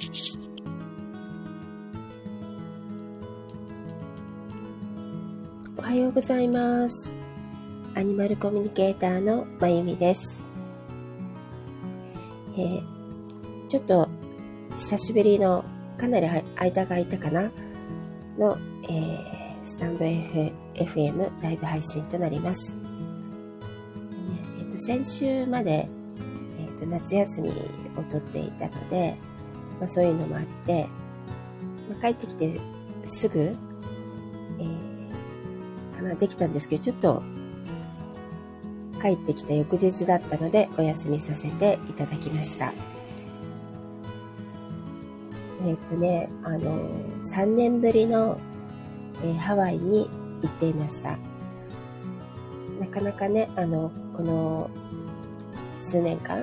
おはようございます。アニマルコミュニケーターのまゆみです。ちょっと久しぶりの、かなり間が空いたかなの、スタンド FM ライブ配信となります。先週まで、夏休みを取っていたので、そういうのもあって、帰ってきてすぐ、できたんですけど、ちょっと帰ってきた翌日だったのでお休みさせていただきました。3年ぶりの、ハワイに行っていました。なかなかね、この数年間、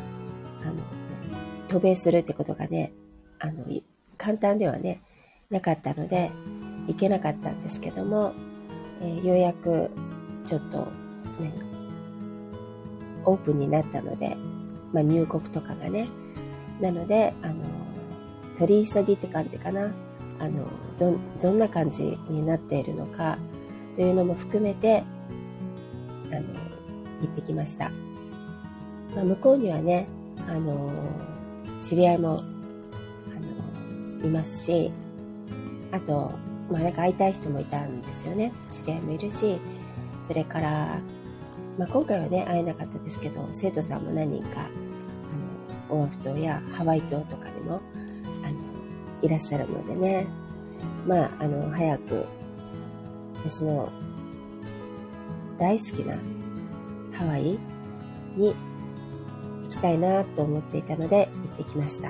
渡米するってことがね、簡単ではね、なかったので、行けなかったんですけども、ようやくちょっと、ね、オープンになったので、入国とかがね、なので、取り急ぎって感じかな。どんな感じになっているのかというのも含めて、行ってきました。向こうにはね、知り合いも、いますし、あと、なんか会いたい人もいたんですよね。知り合いもいるし、それから、今回はね、会えなかったですけど、生徒さんも何人か、オアフ島やハワイ島とかにも、いらっしゃるのでね、早く、私の大好きなハワイに行きたいなと思っていたので、行ってきました。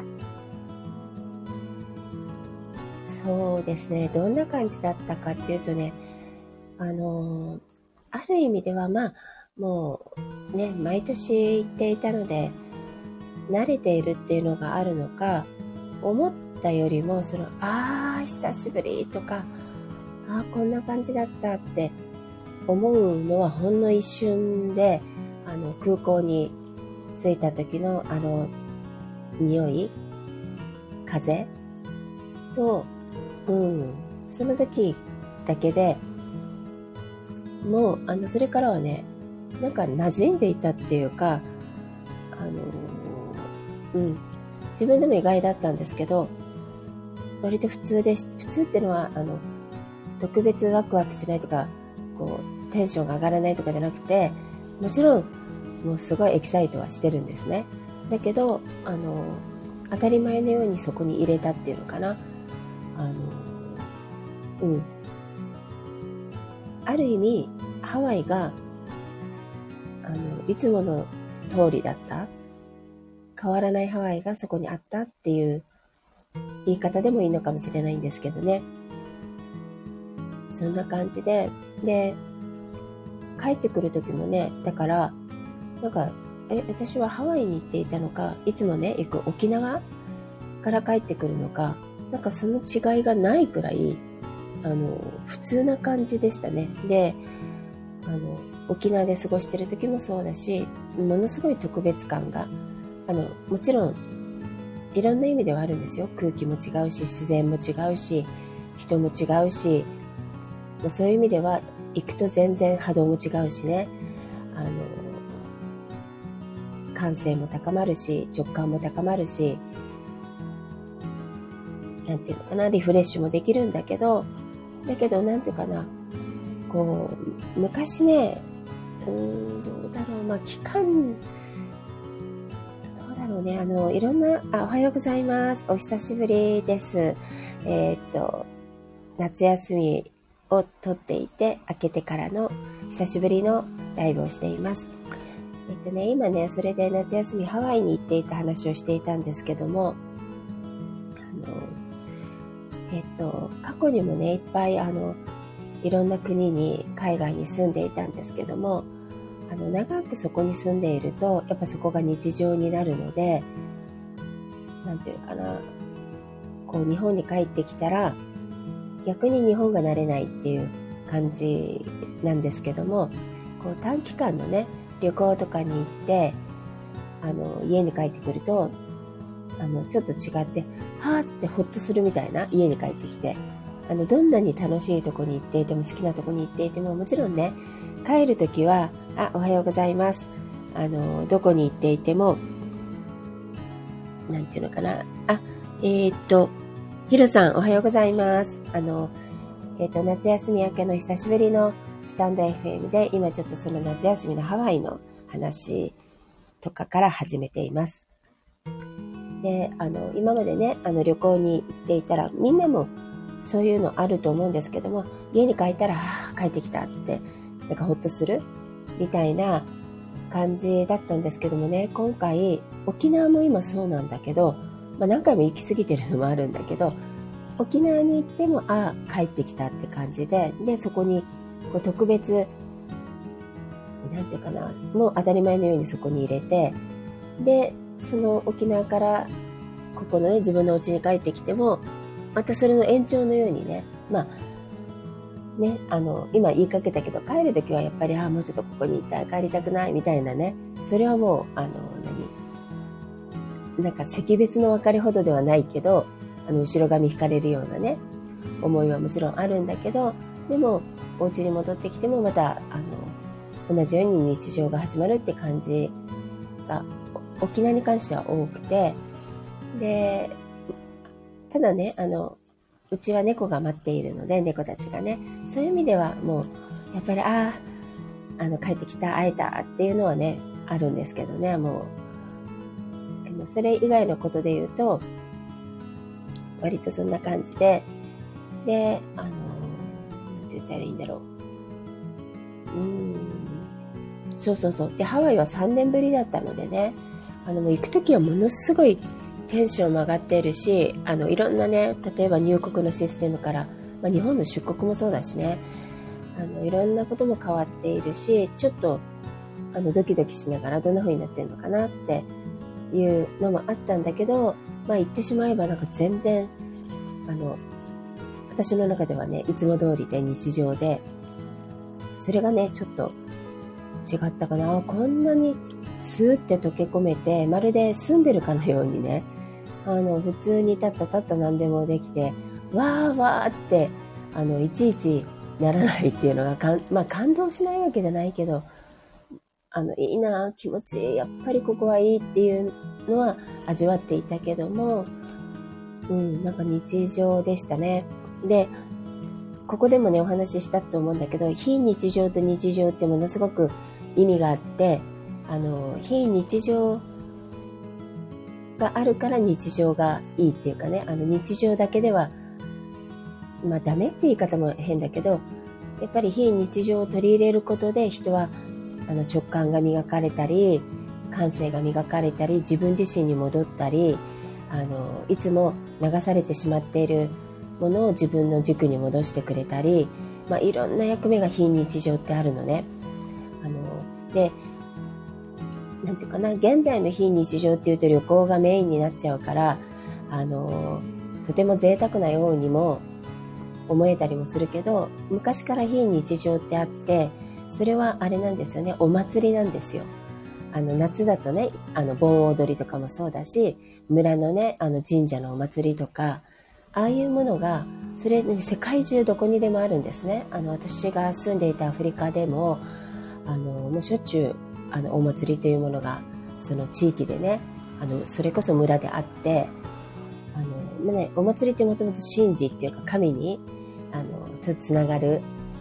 そうですね、どんな感じだったかっていうとね、ある意味ではもうね、毎年行っていたので、慣れているっていうのがあるのか、思ったよりも、久しぶりとか、こんな感じだったって思うのはほんの一瞬で、空港に着いた時の匂い、風と、その時だけで、もう、それからはね、なんか馴染んでいたっていうか、自分でも意外だったんですけど、割と普通っていうのは、特別ワクワクしないとか、テンションが上がらないとかじゃなくて、もちろん、もうすごいエキサイトはしてるんですね。だけど、当たり前のようにそこに入れたっていうのかな。ある意味、ハワイが、いつもの通りだった。変わらないハワイがそこにあったっていう言い方でもいいのかもしれないんですけどね。そんな感じで、帰ってくる時もね、だから、私はハワイに行っていたのか、いつもね、行く沖縄から帰ってくるのか、その違いがないくらい、普通な感じでしたね。で、沖縄で過ごしてる時もそうだし、ものすごい特別感が、もちろん、いろんな意味ではあるんですよ。空気も違うし、自然も違うし、人も違うし、そういう意味では、行くと全然波動も違うしね。感性も高まるし、直感も高まるし、なんていうのかな、リフレッシュもできるんだけど、なんていうかな、昔ね、どうだろう、期間、どうだろうね、いろんな、おはようございます。お久しぶりです。夏休みを取っていて、明けてからの久しぶりのライブをしています。今ね、それで夏休みハワイに行っていた話をしていたんですけども、過去にもね、いっぱいいろんな国に、海外に住んでいたんですけども、長くそこに住んでいると、やっぱそこが日常になるので、なんていうのかな、日本に帰ってきたら、逆に日本が慣れないっていう感じなんですけども、短期間のね、旅行とかに行って、家に帰ってくると、 ちょっと違って、はーってほっとするみたいな、家に帰ってきて。どんなに楽しいとこに行っていても、好きなとこに行っていても、もちろんね、帰るときは、おはようございます。どこに行っていても、なんていうのかな。ヒロさん、おはようございます。夏休み明けの久しぶりのスタンド FM で、今ちょっとその夏休みのハワイの話とかから始めています。で、今までね、旅行に行っていたら、みんなもそういうのあると思うんですけども、家に帰ったら、帰ってきたって、なんかほっとするみたいな感じだったんですけどもね、今回、沖縄も今そうなんだけど、何回も行き過ぎてるのもあるんだけど、沖縄に行っても、帰ってきたって感じで、で、そこに、こう特別、なんていうかな、もう当たり前のようにそこに入れて、で、その沖縄から、ここのね、自分の家に帰ってきても、またそれの延長のようにね、今言いかけたけど、帰るときはやっぱり、もうちょっとここにいたい、帰りたくない、みたいなね、それはもう、なんか惜別の別れほどではないけど、後ろ髪引かれるようなね、思いはもちろんあるんだけど、でも、お家に戻ってきてもまた、同じように日常が始まるって感じが、沖縄に関しては多くて、で、ただね、うちは猫が待っているので、猫たちがね、そういう意味ではもう、やっぱり、帰ってきた、会えたっていうのはね、あるんですけどね、もう、それ以外のことで言うと、割とそんな感じで、で、なんて言ったらいいんだろう。そう。で、ハワイは3年ぶりだったのでね、もう行くときはものすごいテンションも上がっているし、いろんなね、例えば入国のシステムから、日本の出国もそうだしね、いろんなことも変わっているし、ちょっと、ドキドキしながらどんな風になってんのかなっていうのもあったんだけど、言ってしまえばなんか全然、私の中ではね、いつも通りで日常で、それがね、ちょっと違ったかな。こんなにスーって溶け込めて、まるで住んでるかのようにね、普通にたった何でもできて、わーって、いちいちならないっていうのが感動しないわけじゃないけど、いいな、気持ちいい、やっぱりここはいいっていうのは味わっていたけども、なんか日常でしたね。で、ここでもね、お話ししたと思うんだけど、非日常と日常ってものすごく意味があって、非日常があるから日常がいいっていうかね、日常だけでは、ダメって言い方も変だけど、やっぱり非日常を取り入れることで人は、直感が磨かれたり、感性が磨かれたり、自分自身に戻ったり、いつも流されてしまっているものを自分の軸に戻してくれたり、いろんな役目が非日常ってあるのね。で、なんていうかな、現代の非日常っていうと旅行がメインになっちゃうから、とても贅沢なようにも思えたりもするけど、昔から非日常ってあって、それはあれなんですよね、お祭りなんですよ。夏だとね、盆踊りとかもそうだし、村のね、神社のお祭りとか、ああいうものが、それ、ね、世界中どこにでもあるんですね。私が住んでいたアフリカでも、もうしょっちゅう、お祭りというものが、その地域でね、それこそ村であって、お祭りってもともと神事っていうか神に、とつながる、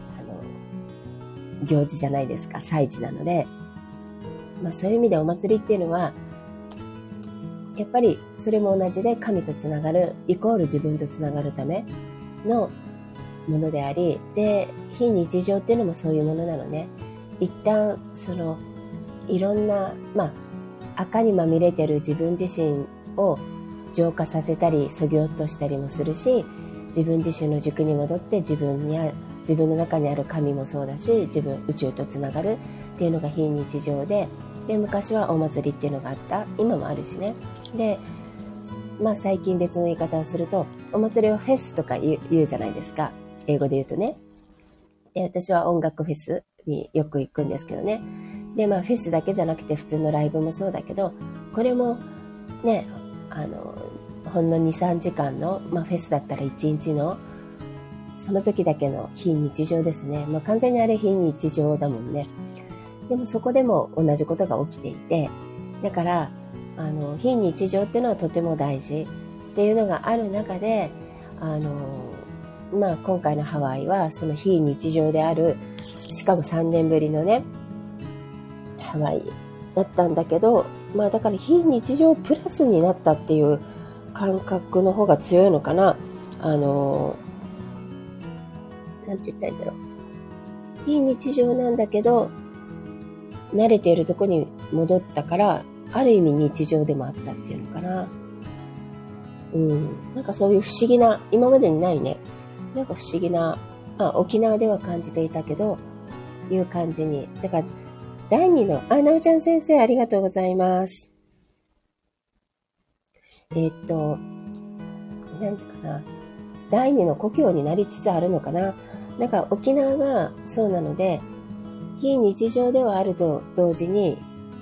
行事じゃないですか、祭事なので、そういう意味でお祭りっていうのは、やっぱりそれも同じで神とつながる、イコール自分とつながるためのものであり、で、非日常っていうのもそういうものなのね。一旦、いろんな、赤にまみれてる自分自身を浄化させたり、削ぎ落としたりもするし、自分自身の軸に戻って自分の中にある神もそうだし、宇宙とつながるっていうのが非日常で、昔はお祭りっていうのがあった。今もあるしね。で、最近別の言い方をすると、お祭りはフェスとか言うじゃないですか。英語で言うとね。で、私は音楽フェスによく行くんですけどね。で、フェスだけじゃなくて普通のライブもそうだけど、これもね、 ほんの2、3時間の、フェスだったら1日の、その時だけの非日常ですね。完全にあれ非日常だもんね。でもそこでも同じことが起きていて、だから、非日常っていうのはとても大事っていうのがある中で、今回のハワイはその非日常である、しかも3年ぶりのね、ハワイだったんだけど、だから非日常プラスになったっていう感覚の方が強いのかな。なんて言ったらいいんだろう。非日常なんだけど、慣れているとこに戻ったから、ある意味日常でもあったっていうのかな。なんかそういう不思議な、今までにないね。なんか不思議な、沖縄では感じていたけど、いう感じに。だから、第2の、なおちゃん先生ありがとうございます。なんてかな。第2の故郷になりつつあるのかな。なんか沖縄がそうなので、非日常ではあると同時に、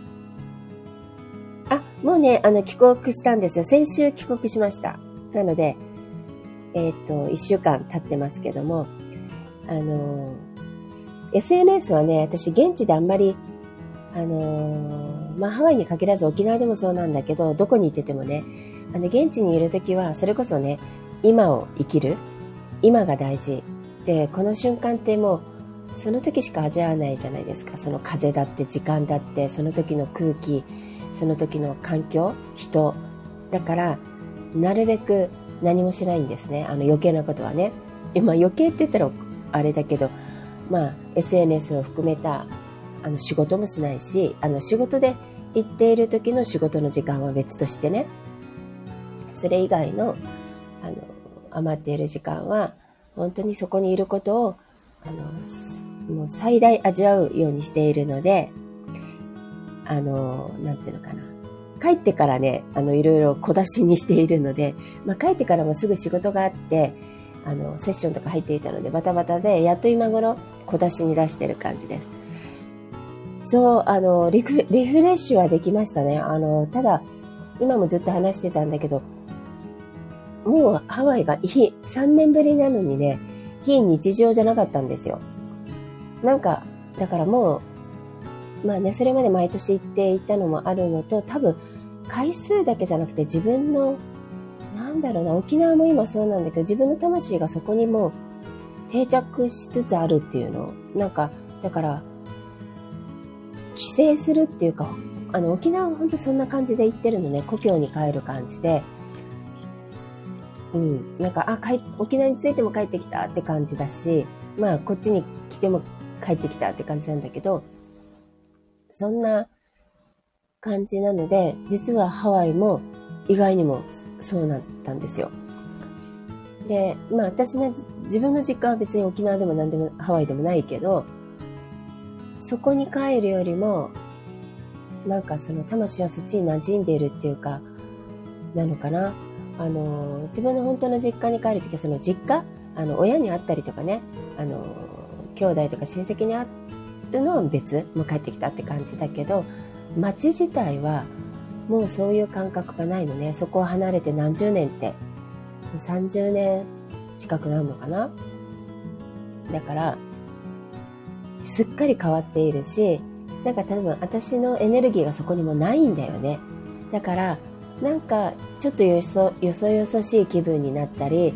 もうね、帰国したんですよ。先週帰国しました。なので、1週間経ってますけども、SNS はね、私現地であんまり、ハワイに限らず沖縄でもそうなんだけど、どこにいててもね、現地にいるときは、それこそね、今を生きる。今が大事。で、この瞬間ってもう、その時しか味わわないじゃないですか。その風だって、時間だって、その時の空気、その時の環境、人。だから、なるべく何もしないんですね。余計なことはね。余計って言ったらあれだけど、SNS を含めた、仕事もしないし、仕事で行っている時の仕事の時間は別としてね。それ以外の、余っている時間は、本当にそこにいることを、もう最大味わうようにしているので、なんていうのかな。帰ってからね、いろいろ小出しにしているので、帰ってからもすぐ仕事があって、セッションとか入っていたので、バタバタで、やっと今頃小出しに出してる感じです。そう、リフレッシュはできましたね。ただ、今もずっと話してたんだけど、もうハワイが3年ぶりなのにね、非日常じゃなかったんですよ。なんか、だからもう、それまで毎年行っていたのもあるのと、多分、回数だけじゃなくて自分の、沖縄も今そうなんだけど、自分の魂がそこにもう定着しつつあるっていうの。だから、帰省するっていうか、沖縄は本当そんな感じで行ってるのね、故郷に帰る感じで。沖縄に着いても帰ってきたって感じだし、こっちに来ても帰ってきたって感じなんだけど、そんな感じなので、実はハワイも意外にもそうなったんですよ。で、私ね、自分の実家は別に沖縄でも何でもハワイでもないけど、そこに帰るよりも、その魂はそっちに馴染んでいるっていうか、なのかな。自分の本当の実家に帰るときは、その実家、親に会ったりとかね、兄弟とか親戚に会うのは別、もう帰ってきたって感じだけど、町自体はもうそういう感覚がないのね。そこを離れて何十年って、30年近くなるのかな。だから、すっかり変わっているし、多分私のエネルギーがそこにもないんだよね。だから、ちょっとよそよそしい気分になったり、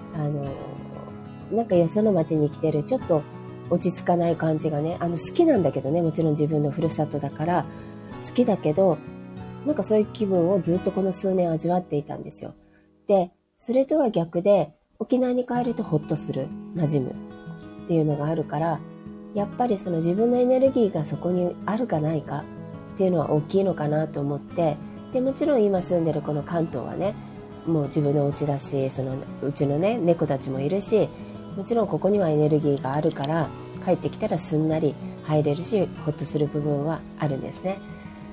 よその町に来てる、ちょっと落ち着かない感じがね、好きなんだけどね、もちろん自分のふるさとだから好きだけど、そういう気分をずっとこの数年味わっていたんですよ。で、それとは逆で、沖縄に帰るとホッとする、馴染むっていうのがあるから、やっぱりその自分のエネルギーがそこにあるかないかっていうのは大きいのかなと思って、で、もちろん今住んでるこの関東はね、もう自分のお家だし、うちのね、猫たちもいるし、もちろんここにはエネルギーがあるから、帰ってきたらすんなり入れるし、ほっとする部分はあるんですね。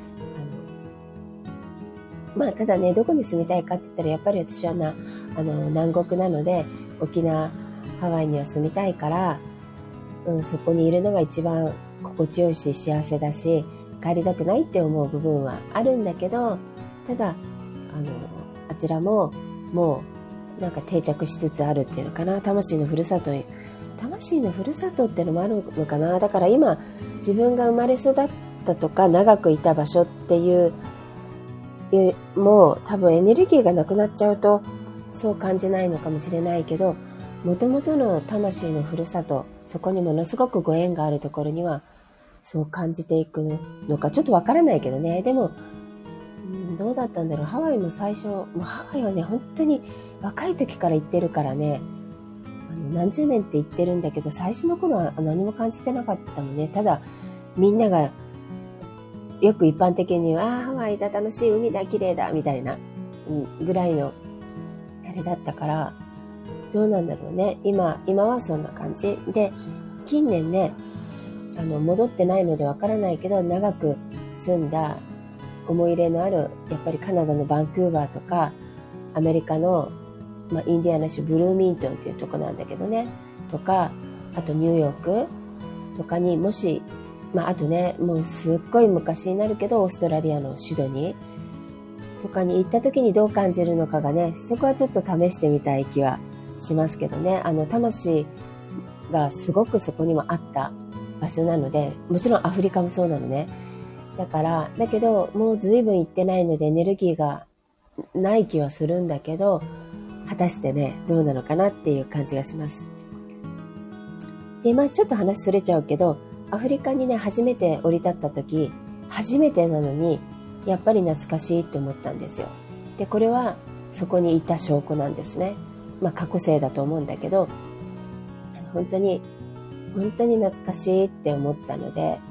ただね、どこに住みたいかって言ったら、やっぱり私は南国なので、沖縄、ハワイには住みたいから、そこにいるのが一番心地よいし、幸せだし、帰りたくないって思う部分はあるんだけど、ただ、 あちらももうなんか定着しつつあるっていうのかな。魂のふるさとってのもあるのかな。だから今自分が生まれ育ったとか長くいた場所っていうもう多分エネルギーがなくなっちゃうとそう感じないのかもしれないけど、元々の魂のふるさと、そこにものすごくご縁があるところにはそう感じていくのかちょっとわからないけどね。でも、どうだったんだろう。ハワイも最初、ハワイはね本当に若い時から行ってるからね、何十年って言ってるんだけど、最初の頃は何も感じてなかったのね。ただみんながよく一般的にはハワイだ、楽しい、海だ、綺麗だみたいな、ぐらいのあれだったから、どうなんだろうね。今はそんな感じで、近年ね戻ってないのでわからないけど、長く住んだ思い入れのある、やっぱりカナダのバンクーバーとかアメリカの、インディアナ州ブルーミントンっていうとこなんだけどね、とか、あとニューヨークとかにもし、あとね、もうすっごい昔になるけど、オーストラリアのシドニーとかに行った時にどう感じるのかがね、そこはちょっと試してみたい気はしますけどね。魂がすごくそこにもあった場所なので、もちろんアフリカもそうなのね。だけどもう随分行ってないのでエネルギーがない気はするんだけど、果たしてね、どうなのかなっていう感じがします。で、ちょっと話それちゃうけど、アフリカにね、初めて降り立った時、初めてなのに、やっぱり懐かしいって思ったんですよ。で、これはそこにいた証拠なんですね。過去性だと思うんだけど、本当に懐かしいって思ったので、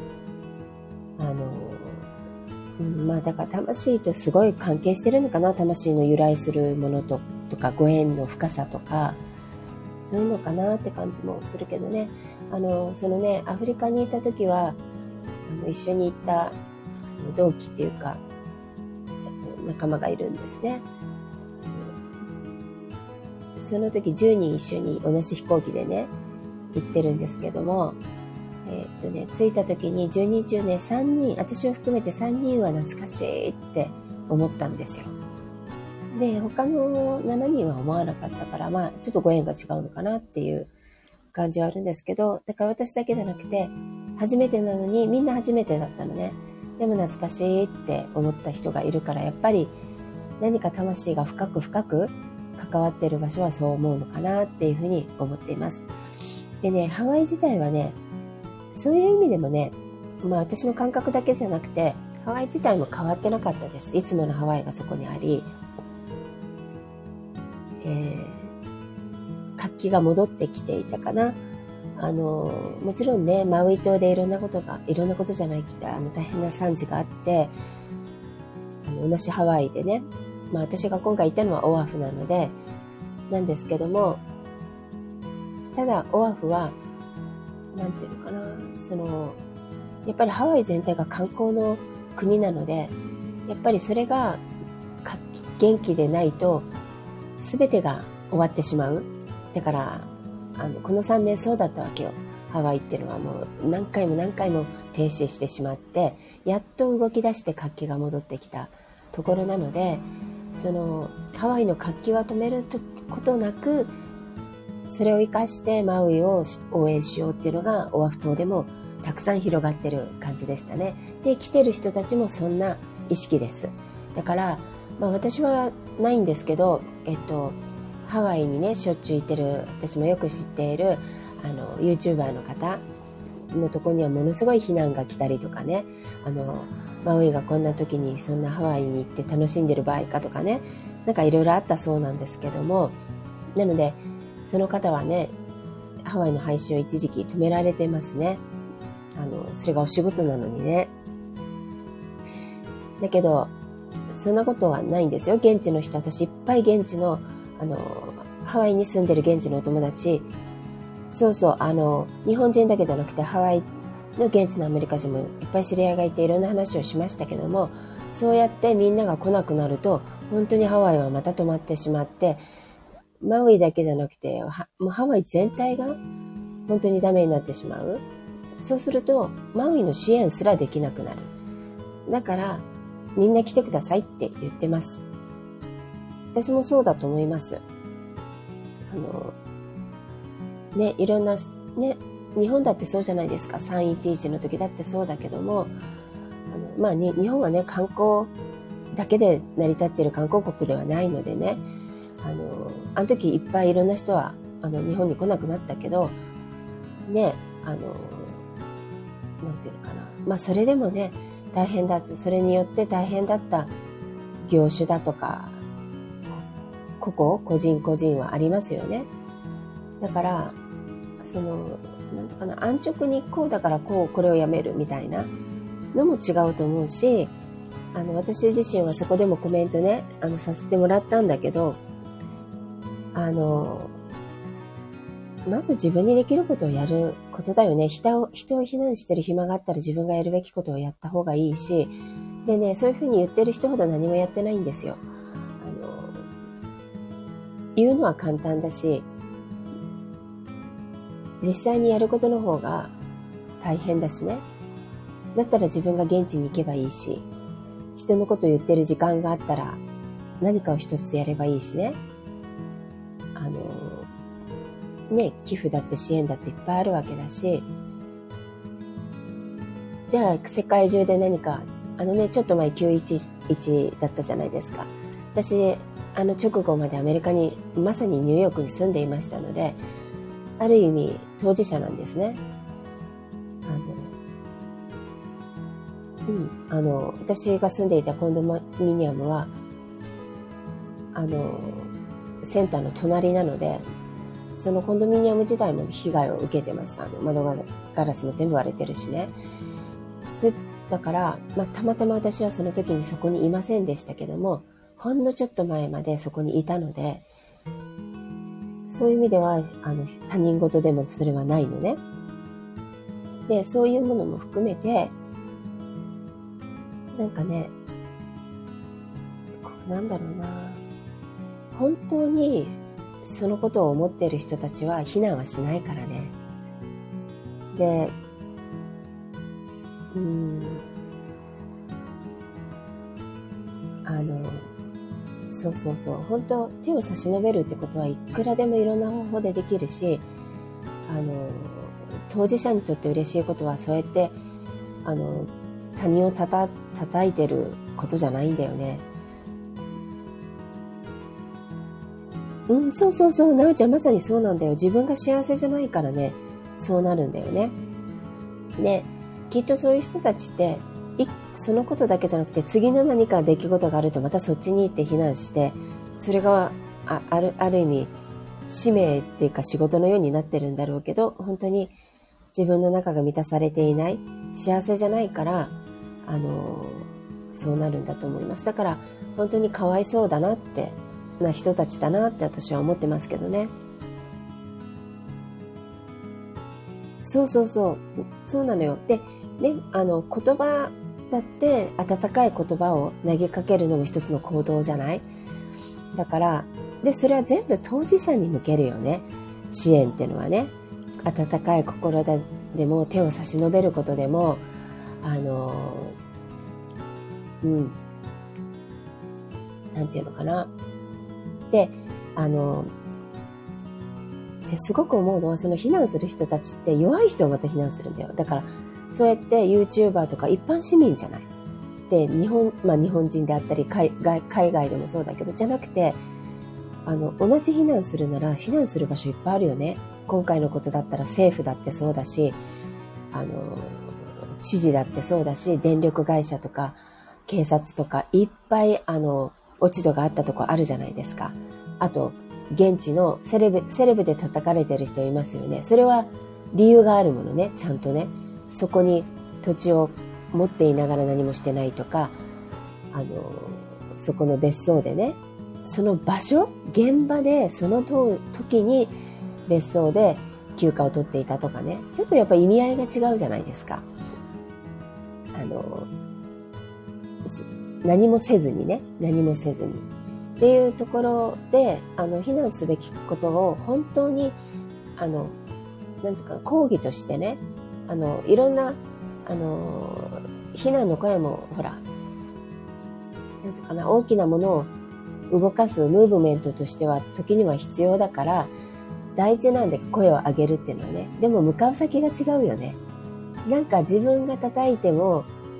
だから魂とすごい関係してるのかな。魂の由来するものとか、ご縁の深さとか、そういうのかなって感じもするけどね。そのね、アフリカにいた時は、一緒に行った同期っていうか、仲間がいるんですね。その時10人一緒に同じ飛行機でね、行ってるんですけども、着いた時に10人中ね、3人、私を含めて3人は懐かしいって思ったんですよ。で、他の7人は思わなかったから、ちょっとご縁が違うのかなっていう感じはあるんですけど、だから私だけじゃなくて、初めてなのにみんな初めてだったのね。でも懐かしいって思った人がいるから、やっぱり何か魂が深く関わっている場所はそう思うのかなっていうふうに思っています。でね、ハワイ自体はね、そういう意味でもね、私の感覚だけじゃなくて、ハワイ自体も変わってなかったです。いつものハワイがそこにあり、活気が戻ってきていたかな。もちろんね、マウイ島でいろんなことじゃないけど、大変な惨事があって、同じハワイでね、私が今回行ったのはオアフなので、なんですけども、ただオアフは、なんていうのかな、やっぱりハワイ全体が観光の国なので、やっぱりそれが元気でないと、全てが終わってしまう。だから、この3年そうだったわけよ。ハワイっていうのはもう何回も停止してしまって、やっと動き出して活気が戻ってきたところなので、ハワイの活気は止めることなく、それを生かしてマウイを応援しようっていうのがオアフ島でもたくさん広がってる感じでしたね。で、来てる人たちもそんな意識です。だから、私はないんですけど、ハワイにね、しょっちゅう行ってる、私もよく知っている、YouTuber の方のとこにはものすごい非難が来たりとかね、マウイがこんな時にそんなハワイに行って楽しんでる場合かとかね、なんかいろいろあったそうなんですけども、なので、その方はね、ハワイの配信を一時期止められてますね。それがお仕事なのにね。だけど、そんなことはないんですよ。現地の人、私いっぱい現地の、ハワイに住んでる現地のお友達、そうそう、日本人だけじゃなくてハワイの現地のアメリカ人もいっぱい知り合いがいていろんな話をしましたけども、そうやってみんなが来なくなると、本当にハワイはまた止まってしまって、マウイだけじゃなくて、もうハワイ全体が本当にダメになってしまう。そうすると、マウイの支援すらできなくなる。だから、みんな来てくださいって言ってます。 私もそうだと思います。いろんな、ね、日本だってそうじゃないですか。311の時だってそうだけども、日本はね、観光だけで成り立っている観光国ではないのでね、あの時いっぱいいろんな人は、日本に来なくなったけど、ね、なんていうのかな。それでもね、大変だって、それによって大変だった業種だとか、個人はありますよね。だから、なんとかな、安直にこうだからこれをやめるみたいなのも違うと思うし、私自身はそこでもコメントね、させてもらったんだけど、まず自分にできることをやることだよね。人を非難してる暇があったら自分がやるべきことをやった方がいいし、でね、そういうふうに言ってる人ほど何もやってないんですよ。言うのは簡単だし、実際にやることの方が大変だしね。だったら自分が現地に行けばいいし、人のことを言ってる時間があったら何かを一つやればいいしね。寄付だって支援だっていっぱいあるわけだし、じゃあ世界中で何か、ちょっと前911だったじゃないですか。私、直後までアメリカに、まさにニューヨークに住んでいましたので、ある意味当事者なんですね。私が住んでいたコンドミニアムは、センターの隣なので、そのコンドミニアム自体も被害を受けてます。窓ガラスも全部割れてるしね。だから、たまたま私はその時にそこにいませんでしたけども、ほんのちょっと前までそこにいたので、そういう意味では、他人事でもそれはないのね。で、そういうものも含めて、なんかね、なんだろうな、本当にそのことを思っている人たちは非難はしないからね。で、そう、本当手を差し伸べるってことはいくらでもいろんな方法でできるし、当事者にとって嬉しいことはそうやって、他人を叩いてることじゃないんだよね。そう、なおちゃんまさにそうなんだよ。自分が幸せじゃないからね、そうなるんだよね。で、きっとそういう人たちって、そのことだけじゃなくて、次の何か出来事があるとまたそっちに行って避難して、それがある意味、使命っていうか仕事のようになってるんだろうけど、本当に自分の中が満たされていない、幸せじゃないから、そうなるんだと思います。だから、本当にかわいそうだなって、な人たちだなって私は思ってますけどね。そうなのよ。で、ね、言葉だって温かい言葉を投げかけるのも一つの行動じゃない？だから、で、それは全部当事者に向けるよね。支援っていうのはね。温かい心でも手を差し伸べることでも、なんていうのかな。ですごく思うのは、その非難する人たちって弱い人をまた非難するんだよ。だから、そうやって YouTuber とか一般市民じゃない。で、日本人であったり、海外でもそうだけど、じゃなくて、同じ避難するなら、避難する場所いっぱいあるよね。今回のことだったら政府だってそうだし、知事だってそうだし、電力会社とか、警察とか、いっぱい、落ち度があったとこあるじゃないですか。あと、現地のセレブで叩かれてる人いますよね。それは理由があるものね、ちゃんとね。そこに土地を持っていながら何もしてないとか、そこの別荘でね、その場所、現場でその時に別荘で休暇を取っていたとかね、ちょっとやっぱり意味合いが違うじゃないですか。何もせずにっていうところで、非難すべきことを本当に、なんとか抗議としてね、いろんな、非難の声も、ほら、なんとかな、大きなものを動かすムーブメントとしては時には必要だから、大事なんで声を上げるっていうのはね。でも向かう先が違うよね。なんか自分が叩いても、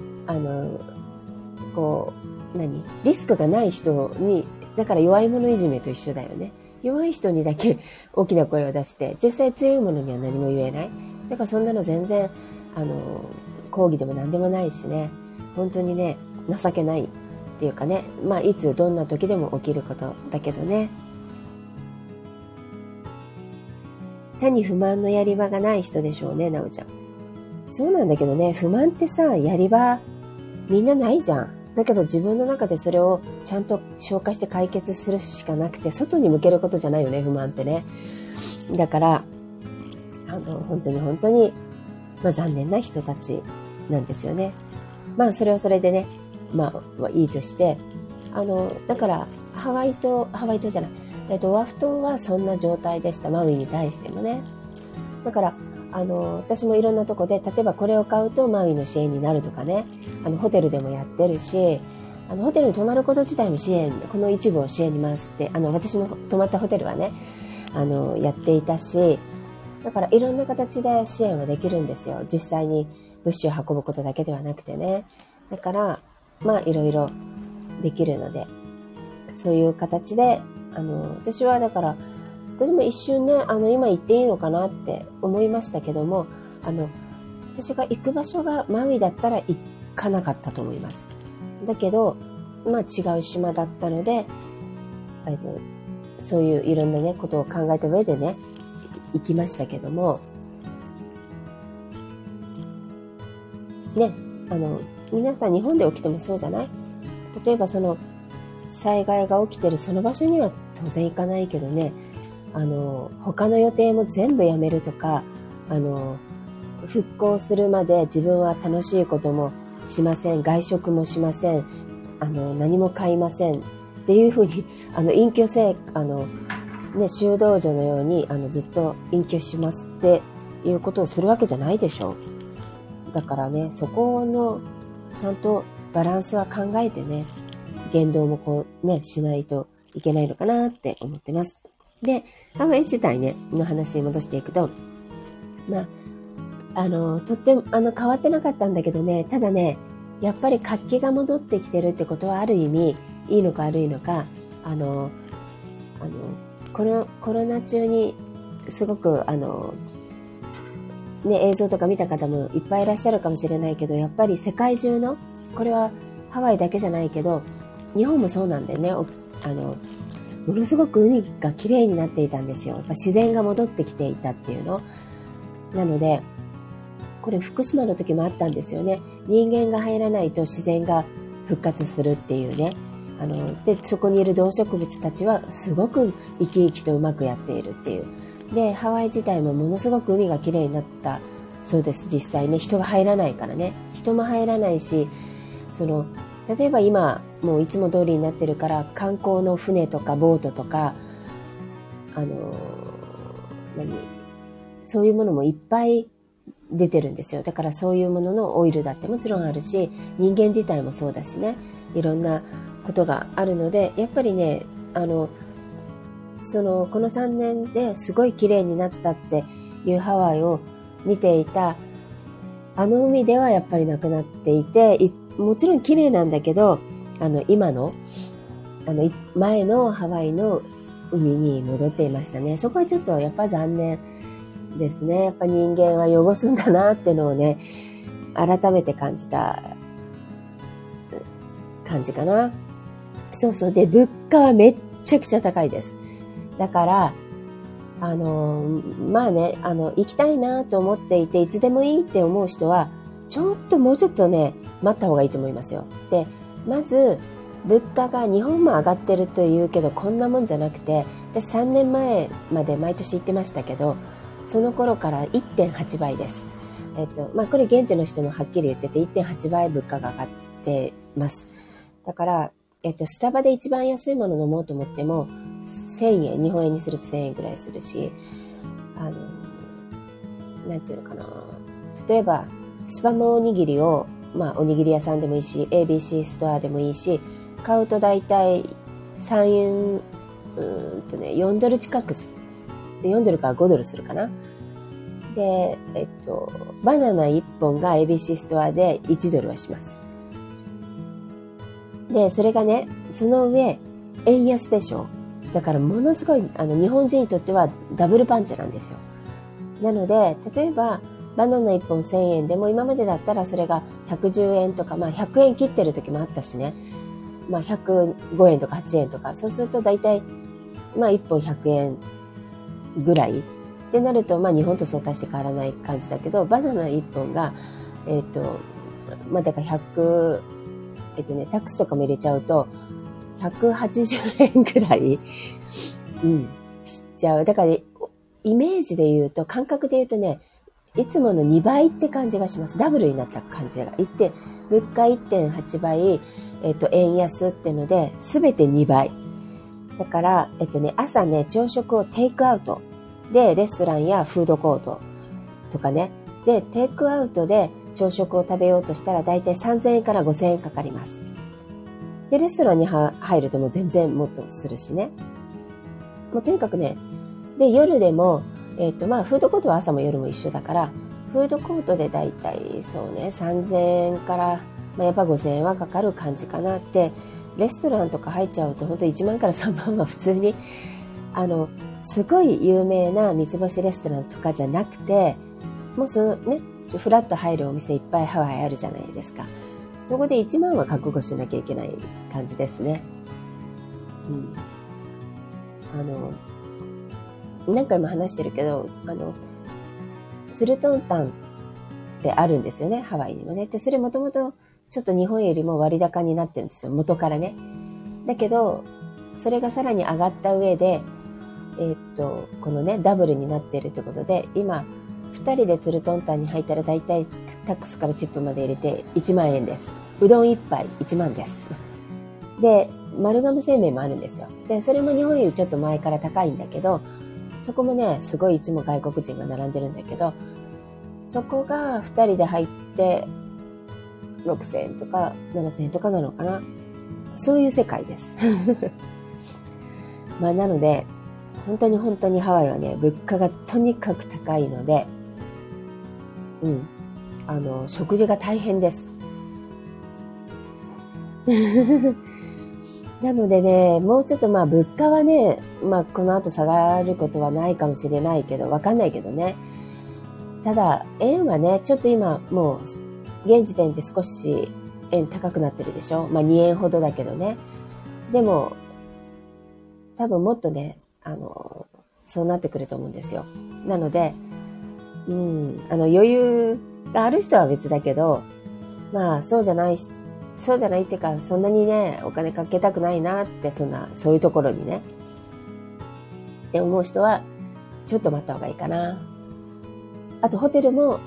リスクがない人に、だから弱い者いじめと一緒だよね。弱い人にだけ大きな声を出して、実際強い者には何も言えない。だからそんなの全然、抗議でも何でもないしね。本当にね、情けないっていうかね。まあ、いつどんな時でも起きることだけどね。他に不満のやり場がない人でしょうね、なおちゃん。そうなんだけどね、不満ってさ、やり場、みんなないじゃん。だけど自分の中でそれをちゃんと消化して解決するしかなくて、外に向けることじゃないよね、不満ってね。だから、本当に、まあ残念な人たちなんですよね。まあそれはそれでね、まあいいとして、だからハワイ島じゃない、オアフ島はそんな状態でした。マウイに対してもね。だから、私もいろんなとこで、例えばこれを買うとマウイの支援になるとかね、ホテルでもやってるし、ホテルに泊まること自体も支援、この一部を支援に回すって、私の泊まったホテルはね、やっていたし、だからいろんな形で支援はできるんですよ。実際に物資を運ぶことだけではなくてね。だから、まあいろいろできるので、そういう形で、私はだから、私も一瞬ね、今行っていいのかなって思いましたけども、私が行く場所がマウイだったら行かなかったと思います。だけど、まあ違う島だったので、そういういろんなね、ことを考えた上でね、行きましたけども、ね、皆さん日本で起きてもそうじゃない？例えば災害が起きてるその場所には当然行かないけどね、他の予定も全部やめるとか、復興するまで自分は楽しいこともしません、外食もしません、何も買いませんっていうふうに、隠居修道女のように、ずっと隠居しますっていうことをするわけじゃないでしょ。だからね、そこの、ちゃんとバランスは考えてね、言動もしないといけないのかなって思ってます。で、ハワイ自体ね、の話に戻していくと、まあ、とっても、変わってなかったんだけどね、ただね、やっぱり活気が戻ってきてるってことはある意味、いいのか悪いのか、コロナ中にすごく映像とか見た方もいっぱいいらっしゃるかもしれないけど、やっぱり世界中の、これはハワイだけじゃないけど、日本もそうなんだよね。ものすごく海が綺麗になっていたんですよ。やっぱ自然が戻ってきていたっていうの。なので、これ福島の時もあったんですよね。人間が入らないと自然が復活するっていうね。で、そこにいる動植物たちはすごく生き生きとうまくやっているっていう。で、ハワイ自体もものすごく海が綺麗になったそうです。実際ね、人が入らないからね。人も入らないし、例えば今、もういつも通りになってるから、観光の船とかボートとか、そういうものもいっぱい出てるんですよ。だからそういうもののオイルだってもちろんあるし、人間自体もそうだしね、いろんなことがあるので、やっぱりね、この3年ですごい綺麗になったっていうハワイを見ていた、海ではやっぱりなくなっていて、もちろん綺麗なんだけど、今の、前のハワイの海に戻っていましたね。そこはちょっとやっぱ残念ですね。やっぱ人間は汚すんだなってのをね、改めて感じた感じかな。そうそう。で、物価はめっちゃくちゃ高いです。だから、まあね、行きたいなと思っていて、いつでもいいって思う人は、もうちょっとね、待った方がいいと思いますよ。で、まず、物価が日本も上がってるというけど、こんなもんじゃなくて、で3年前まで毎年行ってましたけど、その頃から 1.8 倍です。まあこれ現地の人もはっきり言ってて 1.8 倍物価が上がってます。だから、スタバで一番安いもの飲もうと思っても、1000円、日本円にすると1000円ぐらいするし、なんていうのかな。例えば、スパムおにぎりを、まあおにぎり屋さんでもいいし、ABC ストアでもいいし、買うと大体 4ドル近く、4ドルから5ドルするかな。で、バナナ1本が ABC ストアで1ドルはします。で、それがね、その上、円安でしょ。だからものすごい、日本人にとってはダブルパンチなんですよ。なので、例えば、バナナ1本1000円でも今までだったらそれが110円とか、まあ100円切ってる時もあったしね。まあ105円とか8円とか、そうすると大体、まあ1本100円ぐらいってなると、まあ日本とそう大して変わらない感じだけど、バナナ1本が、まあだから100、タックスとかも入れちゃうと、180円ぐらい、しちゃう。だから、イメージで言うと、感覚で言うとね、いつもの2倍って感じがします。ダブルになった感じが。物価 1.8 倍、円安ってので、すべて2倍。だから、朝ね、朝食をテイクアウト。で、レストランやフードコートとかね。で、テイクアウトで朝食を食べようとしたら、だいたい3000円から5000円かかります。で、レストランに入るともう全然もっとするしね。もうとにかくね、で、夜でも、まあ、フードコートは朝も夜も一緒だから、フードコートでだいたいそうね、3000円から、まあ、やっぱ5000円はかかる感じかなって、レストランとか入っちゃうと、本当1万から3万は普通に、すごい有名な三つ星レストランとかじゃなくて、もうそのね、フラッと入るお店いっぱいハワイあるじゃないですか。そこで1万は覚悟しなきゃいけない感じですね。何回も話してるけど、スルトンタンってあるんですよね、ハワイにもね。で、それもともとちょっと日本よりも割高になってるんですよ、元からね。だけど、それがさらに上がった上で、このね、ダブルになっているということで、今、2人でツルトンタンに入ったら大体タックスからチップまで入れて1万円です。うどん1杯1万です。で、丸亀製麺もあるんですよ。で、それも日本よりちょっと前から高いんだけど、そこもね、すごいいつも外国人が並んでるんだけど、そこが2人で入って6000円とか7000円とかなのかな。そういう世界です。まあなので、本当にハワイはね、物価がとにかく高いので、食事が大変です。なのでね、もうちょっとまあ物価はね、まあこの後下がることはないかもしれないけど、わかんないけどね。ただ、円はね、ちょっと今もう現時点で少し円高くなってるでしょ。まあ2円ほどだけどね。でも、多分もっとね、そうなってくると思うんですよ。なので、余裕がある人は別だけど、まあそうじゃないっていうか、そんなにね、お金かけたくないなって、そういうところにね。って思う人は、ちょっと待った方がいいかな。あと、ホテルも、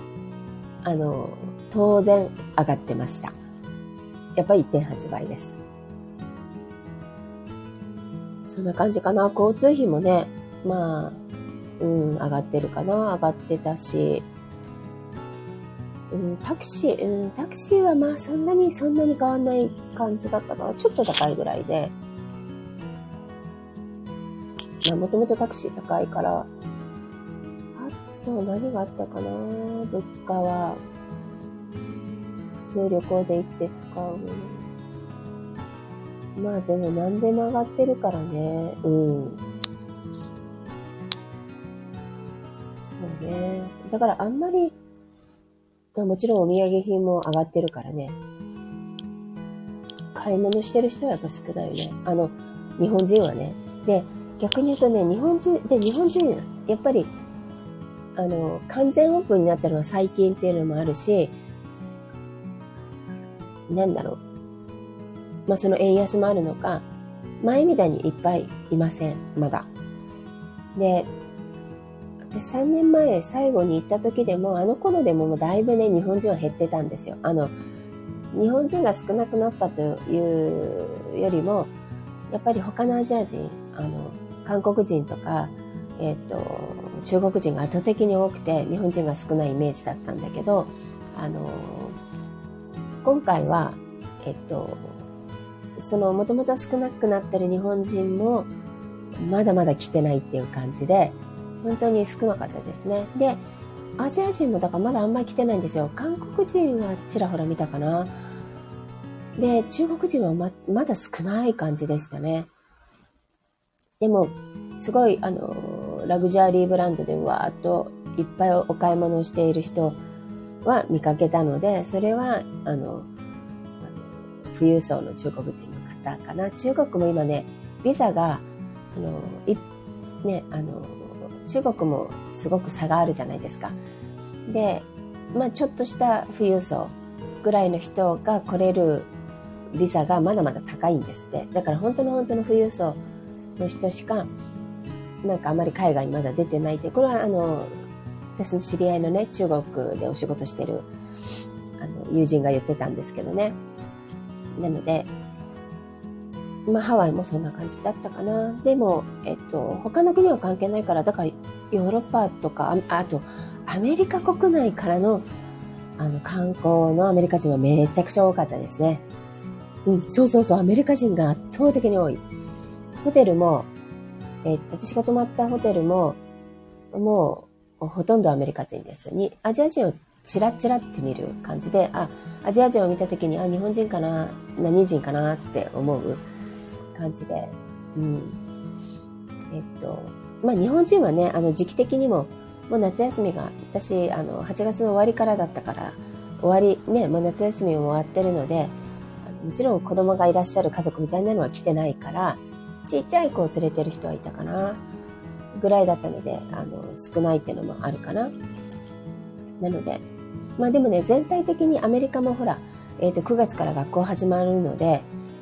当然上がってました。やっぱり 1.8 倍です。そんな感じかな。交通費もね、まあ、上がってるかな。上がってたし、タクシーはまあそんなに変わんない感じだったから、ちょっと高いぐらいで。まあもともとタクシー高いから、あと何があったかな。物価は、普通旅行で行って使うもの。まあでも何でも上がってるからね。そうね。だからあんまり、もちろんお土産品も上がってるからね。買い物してる人はやっぱ少ないよね。日本人はね。で、逆に言うとね、日本人、やっぱり、完全オープンになったのは最近っていうのもあるし、なんだろう。まあその円安もあるのか、前みたいにいっぱいいません。まだ。で、私3年前最後に行った時でも、あの頃でももうだいぶね、日本人は減ってたんですよ。日本人が少なくなったというよりも、やっぱり他のアジア人、韓国人とか、中国人が圧倒的に多くて、日本人が少ないイメージだったんだけど、今回は、 もともと少なくなってる日本人も、まだまだ来てないっていう感じで、本当に少なかったですね。で、アジア人もだからまだあんまり来てないんですよ。韓国人はちらほら見たかな。で、中国人はまだ少ない感じでしたね。でも、すごい、ラグジュアリーブランドでわーっといっぱいお買い物をしている人は見かけたので、それは、富裕層の中国人の方かな。中国も今ね、ビザが、中国もすごく差があるじゃないですか。で、ちょっとした富裕層ぐらいの人が来れるビザがまだまだ高いんですって。だから本当の富裕層の人しか、あまり海外にまだ出てないって、これは私の知り合いのね、中国でお仕事してる、友人が言ってたんですけどね。なので、ハワイもそんな感じだったかな。でも、他の国は関係ないから、だからヨーロッパとか、あと、アメリカ国内からの、観光のアメリカ人はめちゃくちゃ多かったですね。そう、アメリカ人が圧倒的に多い。ホテルも、私が泊まったホテルも、もう、ほとんどアメリカ人です。アジア人をチラチラって見る感じで、アジア人を見たときに、日本人かな、何人かなって思う感じで。日本人はね、時期的にも、もう夏休みが、私、8月の終わりからだったから、もう夏休みも終わってるので、もちろん子供がいらっしゃる家族みたいなのは来てないから、ちっちゃい子を連れてる人はいたかな、ぐらいだったので、少ないっていうのもあるかな。なので、でもね、全体的にアメリカもほら、9月から学校始まるので、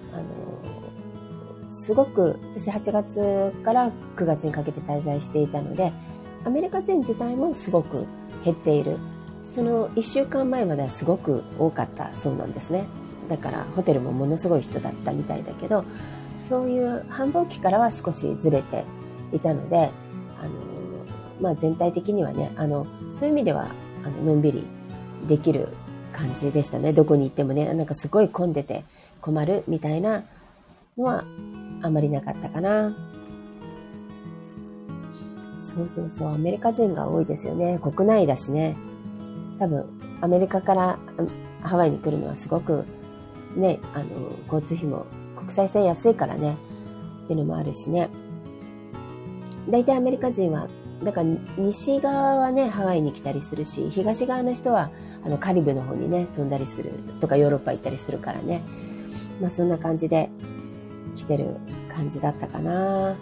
すごく、私8月から9月にかけて滞在していたので、アメリカ人自体もすごく減っている。その1週間前まではすごく多かったそうなんですね。だからホテルもものすごい人だったみたいだけど、そういう繁忙期からは少しずれていたので、全体的にはね、そういう意味では、のんびりできる感じでしたね。どこに行ってもね、すごい混んでて困るみたいなのはあまりなかったかな。そう、アメリカ人が多いですよね。国内だしね。多分、アメリカからハワイに来るのはすごくね、交通費も国際線安いからね、っていうのもあるしね。大体アメリカ人は、だから西側はね、ハワイに来たりするし、東側の人はカリブの方にね、飛んだりするとかヨーロッパ行ったりするからね。そんな感じで来てる感じだったかな。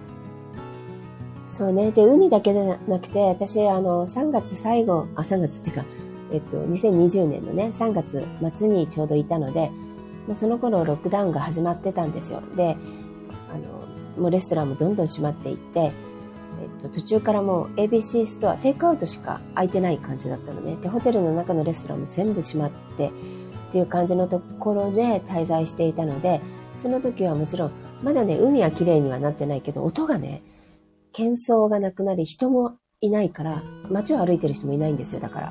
そうね。で、海だけでなくて、私、3月最後、3月っていうか、2020年のね、3月末にちょうどいたので、その頃ロックダウンが始まってたんですよ。で、もうレストランもどんどん閉まっていって、途中からもう ABC ストア、テイクアウトしか空いてない感じだったのね。で、ホテルの中のレストランも全部閉まってっていう感じのところで滞在していたので、その時はもちろん、まだね、海は綺麗にはなってないけど、音がね、喧騒がなくなり、人もいないから、街を歩いてる人もいないんですよ。だから、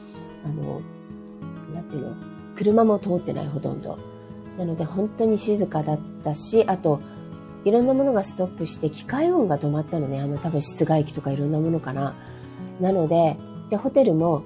なんていうの、車も通ってない、ほとんど。なので、本当に静かだったし、あと、いろんなものがストップして、機械音が止まったのね。多分室外機とかいろんなものかな。なので、ホテルも、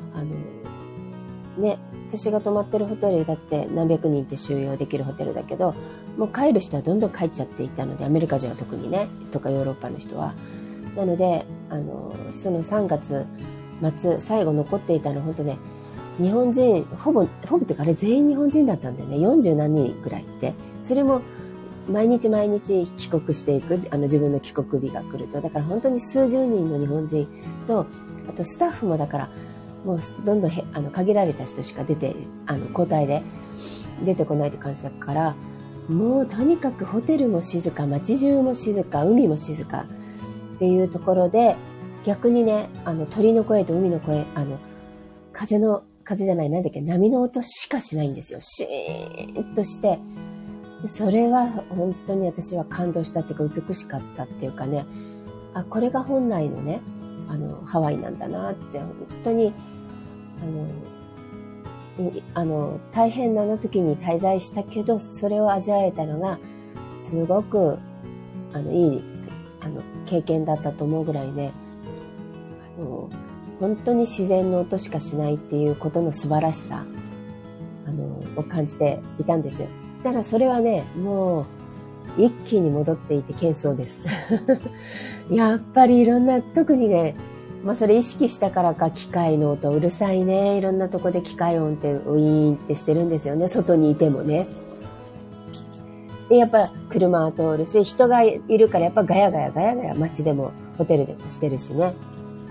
私が泊まってるホテルだって何百人って収容できるホテルだけど、もう帰る人はどんどん帰っちゃっていたので、アメリカ人は特にね、とかヨーロッパの人は。なので、その3月末、最後残っていたの、本当ね、日本人、ほぼってかあれ全員日本人だったんだよね。40何人ぐらいって。それも、毎日帰国していく、自分の帰国日が来ると。だから本当に数十人の日本人と、あとスタッフもだから、もうどんどん限られた人しか交代で出てこないって感じだから、もうとにかくホテルも静か、街中も静か、海も静かっていうところで、逆にね、鳥の声と海の声、風じゃない、なんだっけ、波の音しかしないんですよ。シーンとして、それは本当に私は感動したっていうか、美しかったっていうかね、これが本来のね、ハワイなんだなって、本当に、 大変な時に滞在したけど、それを味わえたのが、すごく、いい、経験だったと思うぐらいね、本当に自然の音しかしないっていうことの素晴らしさ、を感じていたんですよ。だからそれはね、もう、一気に戻っていて喧騒です。やっぱりいろんな、特にね、それ意識したからか機械の音うるさいね。いろんなとこで機械音ってウィーンってしてるんですよね。外にいてもね。で、やっぱ車は通るし、人がいるからやっぱガヤガヤガヤガヤ街でもホテルでもしてるしね。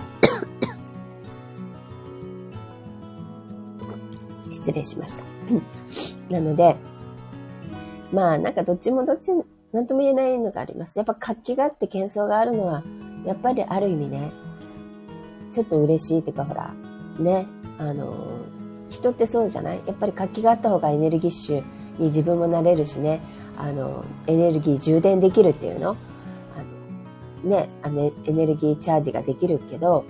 失礼しました。なので、なんかどっちもどっち、なんとも言えないのがあります。やっぱ活気があって喧騒があるのは、やっぱりある意味ね、ちょっと嬉しいっていうか、ほら、ね、人ってそうじゃない？やっぱり活気があった方がエネルギッシュに自分もなれるしね、エネルギー充電できるっていうの？エネルギーチャージができるけど、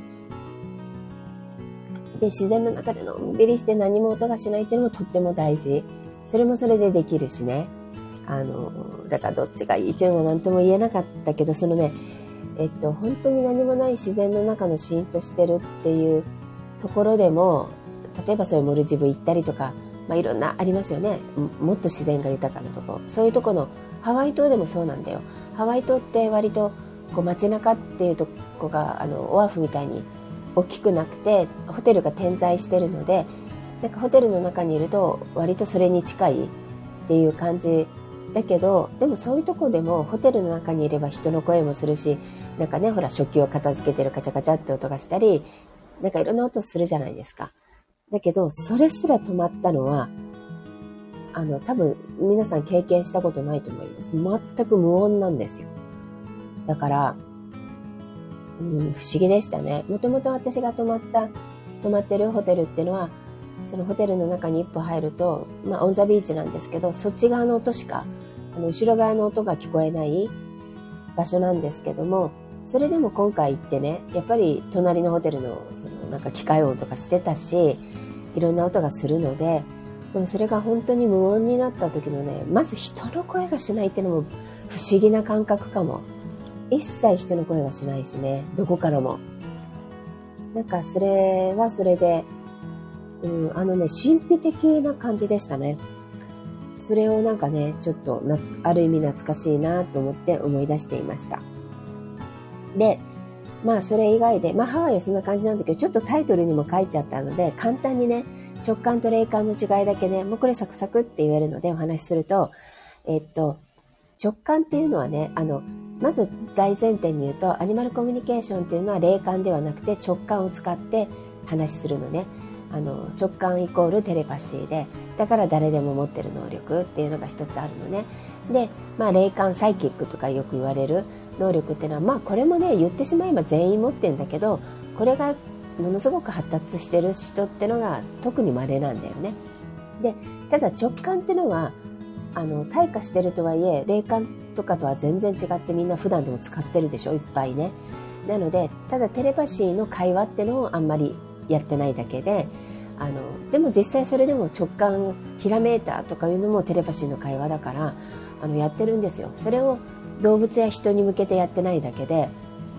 で、自然の中でのんびりして何も音がしないっていうのもとっても大事。それもそれでできるしね。だからどっちがいいっていうのが何とも言えなかったけど、そのね、本当に何もない自然の中のシーンとしてるっていうところでも、例えばそういうモルジブ行ったりとか、いろんなありますよね。もっと自然が豊かなところ。そういうところの、ハワイ島でもそうなんだよ。ハワイ島って割とこう街中っていうとこが、オアフみたいに大きくなくて、ホテルが点在してるので、なんかホテルの中にいると割とそれに近いっていう感じだけど、でもそういうとこでもホテルの中にいれば人の声もするし、なんかね、ほら食器を片付けてるカチャカチャって音がしたり、なんかいろんな音するじゃないですか。だけど、それすら止まったのは、多分皆さん経験したことないと思います。全く無音なんですよ。だから、不思議でしたね。もともと私が泊まってるホテルっていうのは、そのホテルの中に一歩入ると、オンザビーチなんですけど、そっち側の音しか、後ろ側の音が聞こえない場所なんですけども、それでも今回行ってね、やっぱり隣のホテルの、なんか機械音とかしてたし、いろんな音がするので、でもそれが本当に無音になった時のね、まず人の声がしないっていうのも不思議な感覚かも。一切人の声がしないしね、どこからも。なんかそれはそれで、神秘的な感じでしたね。それをなんかね、ちょっとある意味懐かしいなと思って思い出していました。で、それ以外で、ハワイはそんな感じなんだけど、ちょっとタイトルにも書いちゃったので、簡単にね、直感と霊感の違いだけね、もうこれサクサクって言えるのでお話しすると、直感っていうのはね、まず大前提に言うと、アニマルコミュニケーションっていうのは霊感ではなくて直感を使って話するのね。直感イコールテレパシーで、だから誰でも持ってる能力っていうのが一つあるのね。で、霊感サイキックとかよく言われる能力っていうのは、これもね、言ってしまえば全員持ってるんだけど、これがものすごく発達してる人ってのが特に稀なんだよね。で、ただ直感ってのは、退化してるとはいえ、霊感とかとは全然違ってみんな普段でも使ってるでしょ、いっぱいね。なので、ただテレパシーの会話ってのをあんまりやってないだけで、でも実際それでも直感、ひらめいたとかいうのもテレパシーの会話だから、やってるんですよ。それを動物や人に向けてやってないだけで、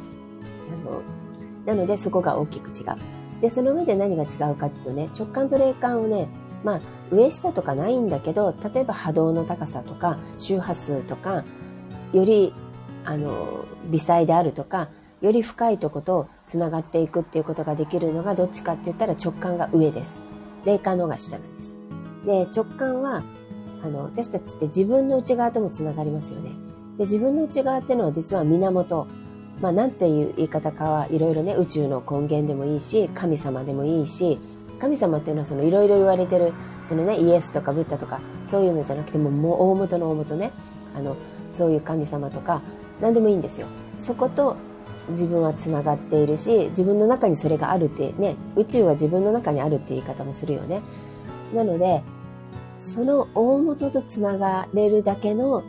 なのでそこが大きく違う。で、その上で何が違うかっていうとね、直感と霊感をね、上下とかないんだけど、例えば波動の高さとか、周波数とか、より、微細であるとか、より深いとことつながっていくっていうことができるのがどっちかって言ったら直感が上です。霊感の方が下なんです。で、直感は、私たちって自分の内側ともつながりますよね。で、自分の内側っていうのは実は源。なんていう言い方かはいろいろね、宇宙の根源でもいいし、神様でもいいし、神様っていうのはいろいろ言われてる、イエスとかブッダとか、そういうのじゃなくてもう大元の大元ね、そういう神様とか、何でもいいんですよ。そこと自分はつながっているし、自分の中にそれがあるってね、宇宙は自分の中にあるって言い方もするよね。なので、その大元とつながれるだけの、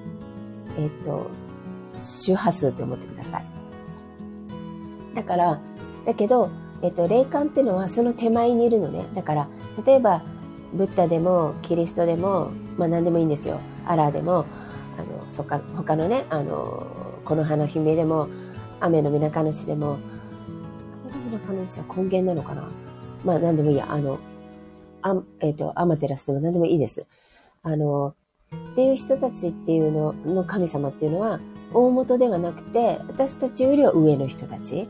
周波数と思ってください。だけど、霊感っていうのはその手前にいるのね。だから、例えば、 ブッダでもキリストでも、まあ何でもいいんですよ。アラーでも、他のね、この葉の姫でも、雨の水主でも、雨の水主は根源なのかな。まあ何でもいいや。アマテラスでも何でもいいです。っていう人たちっていうの神様っていうのは、大元ではなくて、私たちよりは上の人たち。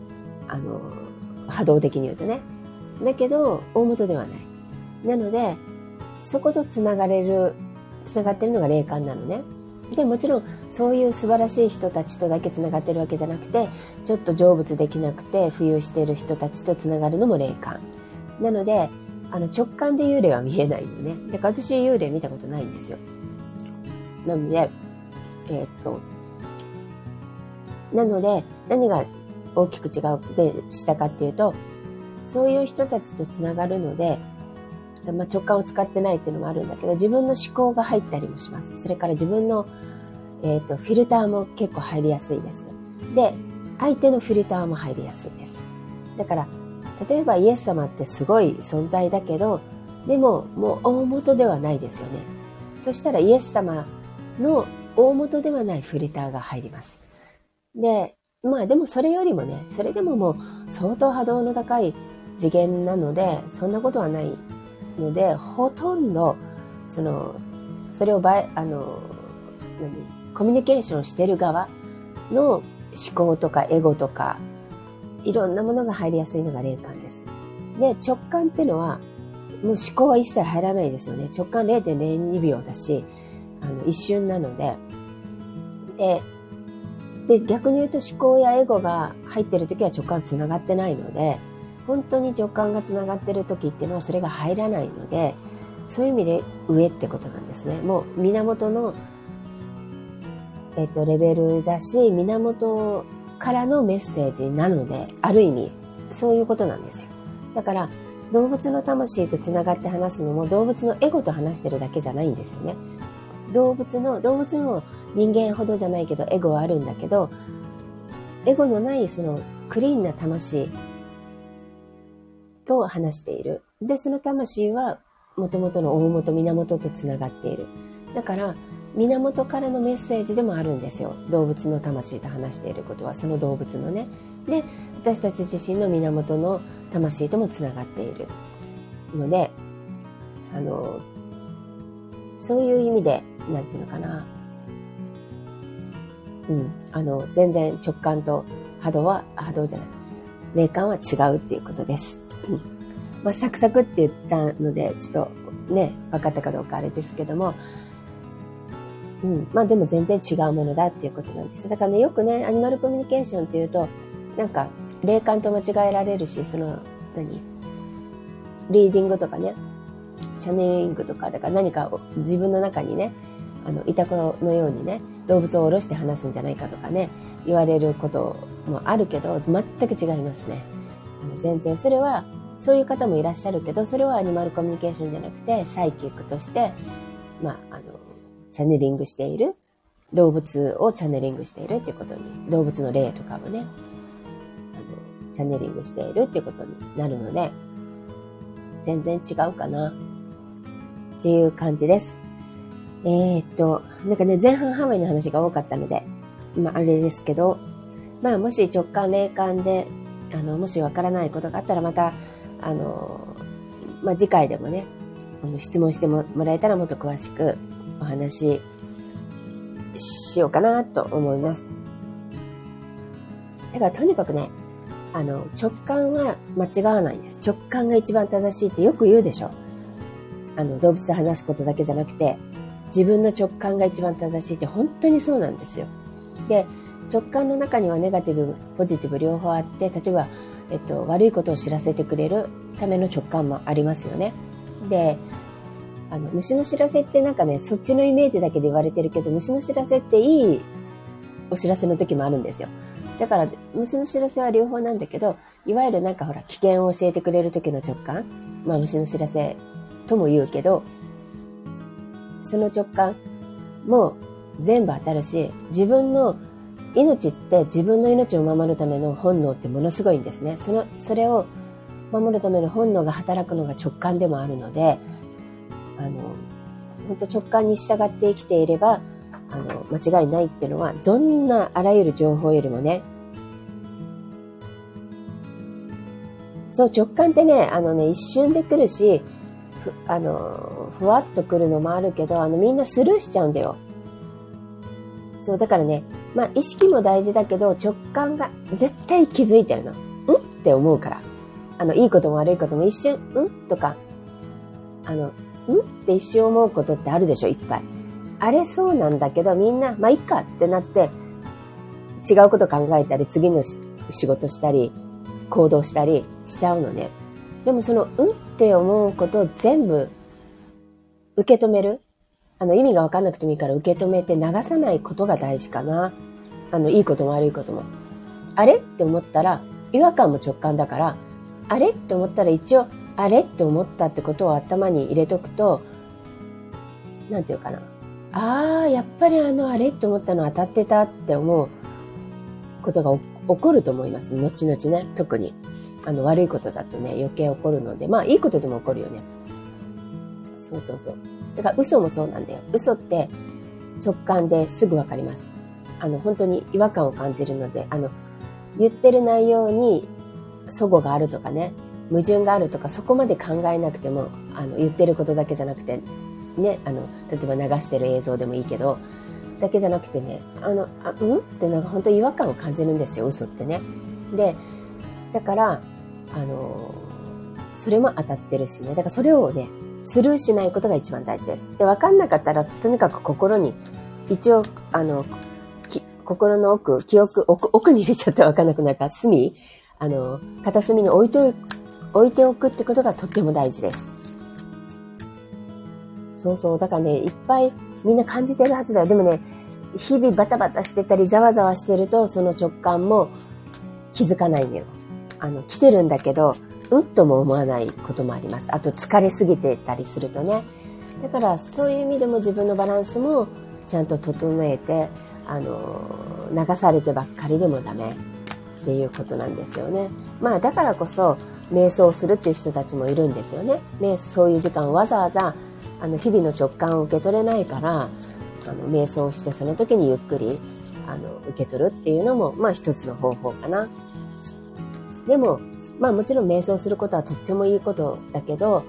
波動的に言うとね。だけど、大元ではない。なので、そこと繋がってるのが霊感なのね。で、もちろん、そういう素晴らしい人たちとだけ繋がってるわけじゃなくて、ちょっと成仏できなくて浮遊している人たちと繋がるのも霊感。なので、直感で幽霊は見えないのね。だから私幽霊見たことないんですよ。なので、何が大きく違うでしたかっていうと、そういう人たちとつながるので、まあ、直感を使ってないっていうのもあるんだけど、自分の思考が入ったりもします。それから自分の、フィルターも結構入りやすいです。で、相手のフィルターも入りやすいです。だから、例えばイエス様ってすごい存在だけど、でももう大元ではないですよね。そしたらイエス様の大元ではないフィルターが入ります。で、まあでもそれよりもね、それでももう相当波動の高い次元なので、そんなことはないので、ほとんど、それをコミュニケーションしてる側の思考とかエゴとか、いろんなものが入りやすいのが霊感です。で、直感ってのは、もう思考は一切入らないですよね。直感 0.02 秒だし、一瞬なので。で、逆に言うと思考やエゴが入ってるときは直感つながってないので、本当に直感がつながってるときっていうのはそれが入らないので、そういう意味で上ってことなんですね。もう源の、レベルだし、源からのメッセージなので、ある意味、そういうことなんですよ。だから、動物の魂とつながって話すのも、動物のエゴと話してるだけじゃないんですよね。動物にも人間ほどじゃないけど、エゴはあるんだけど、エゴのないそのクリーンな魂と話している。で、その魂は、元々の大元、源とつながっている。だから、源からのメッセージでもあるんですよ。動物の魂と話していることは、その動物のね。で、私たち自身の源の魂ともつながっているので、そういう意味で、なんていうのかな。全然直感と波動じゃない。霊感は違うっていうことです。まあ、サクサクって言ったので、ちょっとね、分かったかどうかあれですけども、まあでも全然違うものだっていうことなんです。だからね、よくね、アニマルコミュニケーションっていうと、なんか、霊感と間違えられるし、リーディングとかね、チャネリングとか、だから何か自分の中にね、イタコのようにね、動物を下ろして話すんじゃないかとかね、言われることもあるけど、全く違いますね。全然、それは、そういう方もいらっしゃるけど、それはアニマルコミュニケーションじゃなくて、サイキックとして、まあ、チャネリングしている、動物をチャネリングしているっていうことに、動物の霊とかをね、チャネリングしているっていうことになるので、全然違うかな、っていう感じです。なんかね、前半ハワイの話が多かったので、まあ、あれですけど、まあ、もし直感、霊感で、もしわからないことがあったら、また、まあ、次回でもね、質問してもらえたらもっと詳しくお話しようかなと思います。だからとにかくね、直感は間違わないんです。直感が一番正しいってよく言うでしょ。動物で話すことだけじゃなくて、自分の直感が一番正しいって本当にそうなんですよ。で、直感の中にはネガティブ、ポジティブ両方あって、例えば、悪いことを知らせてくれるための直感もありますよね。で、虫の知らせってなんかね、そっちのイメージだけで言われてるけど、虫の知らせっていいお知らせの時もあるんですよ。だから、虫の知らせは両方なんだけど、いわゆるなんかほら、危険を教えてくれる時の直感、まあ虫の知らせとも言うけど、その直感も全部当たるし、自分の命って自分の命を守るための本能ってものすごいんですね。それを守るための本能が働くのが直感でもあるので、 本当直感に従って生きていれば、間違いないっていうのは、どんなあらゆる情報よりもね、そう、直感ってね、一瞬で来るし、ふわっと来るのもあるけど、みんなスルーしちゃうんだよ。そう、だからね、まあ、意識も大事だけど、直感が絶対気づいてるの。って思うから。いいことも悪いことも一瞬、とか、って一瞬思うことってあるでしょ、いっぱい。あれそうなんだけど、みんな、まあ、いっかってなって、違うこと考えたり、次の仕事したり、行動したりしちゃうのね。でもその、って思うことを全部受け止める。意味がわかんなくてもいいから受け止めて流さないことが大事かな。いいことも悪いことも。あれって思ったら、違和感も直感だから、あれって思ったら一応、あれって思ったってことを頭に入れとくと、なんていうかな。やっぱりあれって思ったの当たってたって思うことが起こると思います。後々ね、特に。悪いことだとね、余計起こるので、まあいいことでも起こるよね。そうそうそう。だから嘘もそうなんだよ。嘘って直感ですぐわかります。本当に違和感を感じるので、言ってる内容に齟齬があるとかね、矛盾があるとか、そこまで考えなくても、言ってることだけじゃなくて、ね、例えば流してる映像でもいいけど、だけじゃなくてね、ってなんか本当に違和感を感じるんですよ、嘘ってね。で、だから、それも当たってるしね。だからそれをね、スルーしないことが一番大事です。で、分かんなかったら、とにかく心に、一応、心の奥、記憶、奥に入れちゃったら分かんなくなるから、隅、片隅に置いておくってことがとっても大事です。そうそう。だからね、いっぱいみんな感じてるはずだよ。でもね、日々バタバタしてたり、ざわざわしてると、その直感も気づかないのよ。来てるんだけど、とも思わないこともあります。あと疲れすぎてたりするとね。だからそういう意味でも自分のバランスもちゃんと整えて、流されてばっかりでもダメっていうことなんですよね。まあだからこそ瞑想するっていう人たちもいるんですよね。そういう時間をわざわざ日々の直感を受け取れないから瞑想してその時にゆっくり受け取るっていうのもまあ一つの方法かな。でもまあもちろん瞑想することはとってもいいことだけど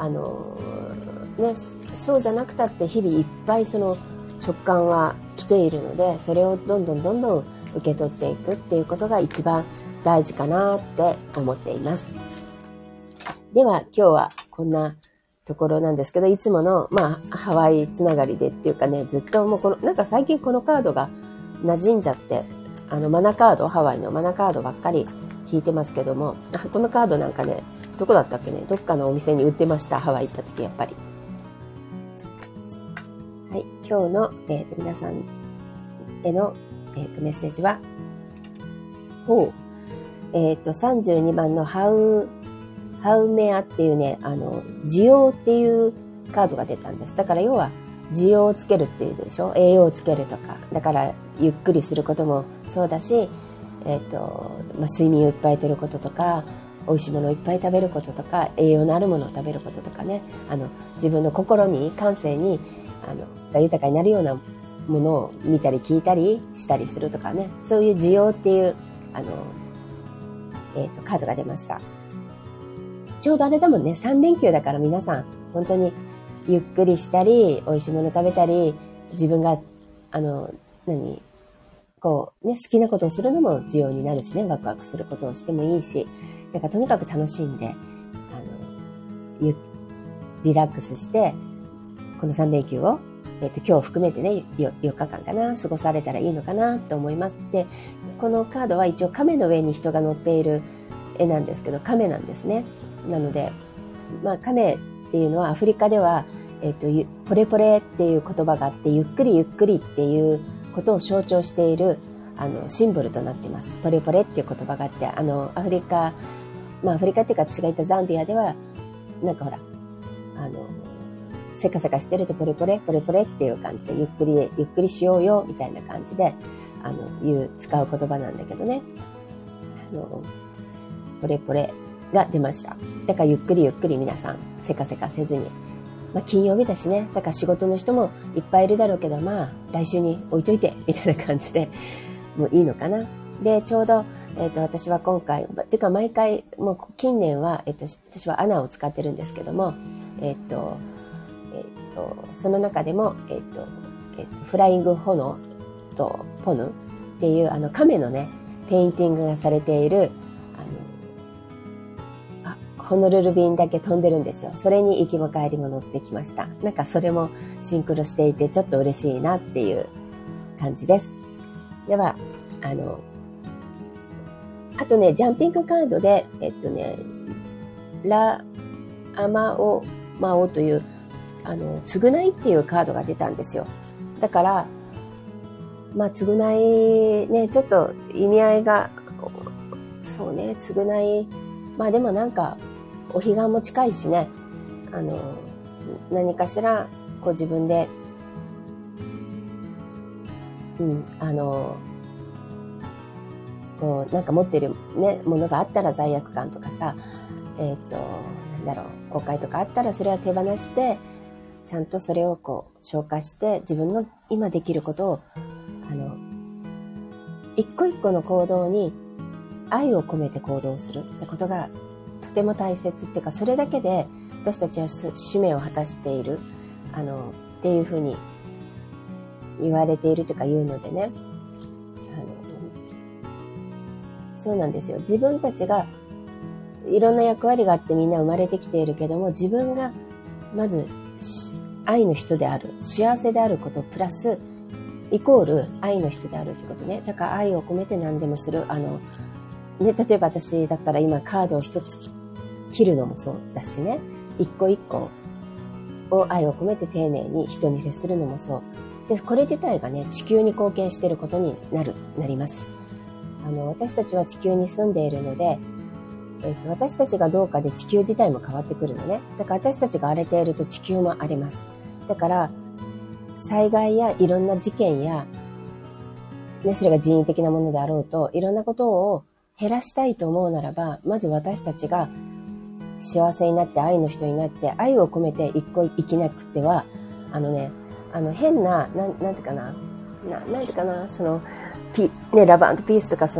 そうじゃなくたって日々いっぱいその直感は来ているので、それをどんどん受け取っていくっていうことが一番大事かなって思っています。では今日はこんなところなんですけど、いつものまあハワイつながりでっていうかね、ずっともうなんか最近このカードが馴染んじゃって、マナカード、ハワイのマナカードばっかり引いてますけども、このカードなんかね、どこだったっけね、どっかのお店に売ってました、ハワイ行った時やっぱり。はい、今日の、皆さんへの、メッセージは、32番のハウメアっていうね、需要っていうカードが出たんです。だから要は、需要をつけるっていうでしょ、栄養をつけるとか。だから、ゆっくりすることもそうだし、睡眠をいっぱいとることとか、美味しいものをいっぱい食べることとか、栄養のあるものを食べることとかね、自分の心に、感性に、豊かになるようなものを見たり聞いたりしたりするとかね、そういう需要っていう、カードが出ました。ちょうどあれだもんね、3連休だから皆さん、本当にゆっくりしたり、美味しいもの食べたり、自分が、好きなことをするのも需要になるしね、ワクワクすることをしてもいいし、だからとにかく楽しんで、リラックスして、この3連休を、今日含めてね、4日間かな、過ごされたらいいのかなと思います。で、このカードは一応亀の上に人が乗っている絵なんですけど、亀なんですね。なので、まあ亀っていうのはアフリカでは、ポレポレっていう言葉があって、ゆっくりゆっくりっていうことを象徴している、シンボルとなっています。ポレポレっていう言葉があって、アフリカっていうか私がいたザンビアでは、なんかほら、せかせかしてるとポレポレっていう感じで、ゆっくりしようよ、みたいな感じで、使う言葉なんだけどね。ポレポレが出ました。だからゆっくり皆さん、せかせかせずに、 金曜日だしね、だから仕事の人もいっぱいいるだろうけど、来週に置いといて、みたいな感じで、もういいのかな。で、ちょうど、私は今回、てか毎回、もう近年は、私はアナを使ってるんですけども、その中でも、フライングホノとポヌっていう亀のね、ペインティングがされている、ホノルル便だけ飛んでるんですよ。それに行きも帰りも乗ってきました。なんかそれもシンクロしていてちょっと嬉しいなっていう感じです。では、あとね、ジャンピングカードで、ラ・アマオ・マオという、償いっていうカードが出たんですよ。だから、償いね、ちょっと意味合いが、そうね、償い、でもなんか、お彼岸も近いしね、何かしら、こう自分で、こう、なんか持ってるね、ものがあったら罪悪感とかさ、後悔とかあったらそれは手放して、ちゃんとそれをこう消化して自分の今できることを一個一個の行動に愛を込めて行動するってことがとても大切っていうか、それだけで私たちは使命を果たしているっていうふうに言われているとか言うのでね、そうなんですよ。自分たちがいろんな役割があってみんな生まれてきているけども、自分がまず愛の人である、幸せであることプラスイコール愛の人であるってことね。だから愛を込めて何でもする。例えば私だったら今カードを一つ切るのもそうだしね。一個一個を愛を込めて丁寧に人に接するのもそう。で、これ自体がね、地球に貢献していることになります。私たちは地球に住んでいるので、私たちがどうかで地球自体も変わってくるのね。だから私たちが荒れていると地球も荒れます。だから、災害やいろんな事件や、ね、それが人為的なものであろうと、いろんなことを減らしたいと思うならば、まず私たちが幸せになって愛の人になって愛を込めて一個生きなくては、変な、なんていうかな、ラブ&ピースとか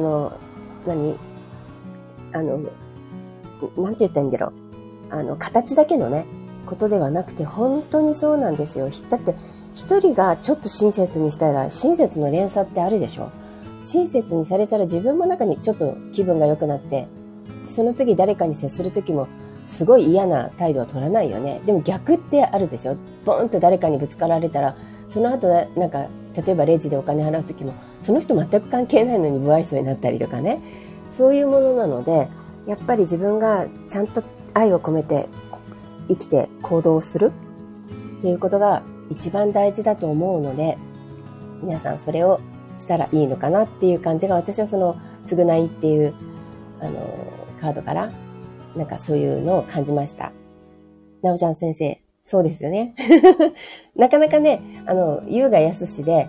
なんて言ったらいいんだろう。形だけのね、ことではなくて、本当にそうなんですよ。だって、一人がちょっと親切にしたら、親切の連鎖ってあるでしょ。親切にされたら自分も中にちょっと気分が良くなって、その次誰かに接するときも、すごい嫌な態度は取らないよね。でも逆ってあるでしょ。ボーンと誰かにぶつかられたら、その後なんか、例えばレジでお金払うときも、その人全く関係ないのに不愛想になったりとかね。そういうものなので、やっぱり自分がちゃんと愛を込めて生きて行動するっていうことが一番大事だと思うので、皆さんそれをしたらいいのかなっていう感じが、私はその償いっていうカードからなんかそういうのを感じました。なおちゃん先生、そうですよね。なかなかね、優雅安しで、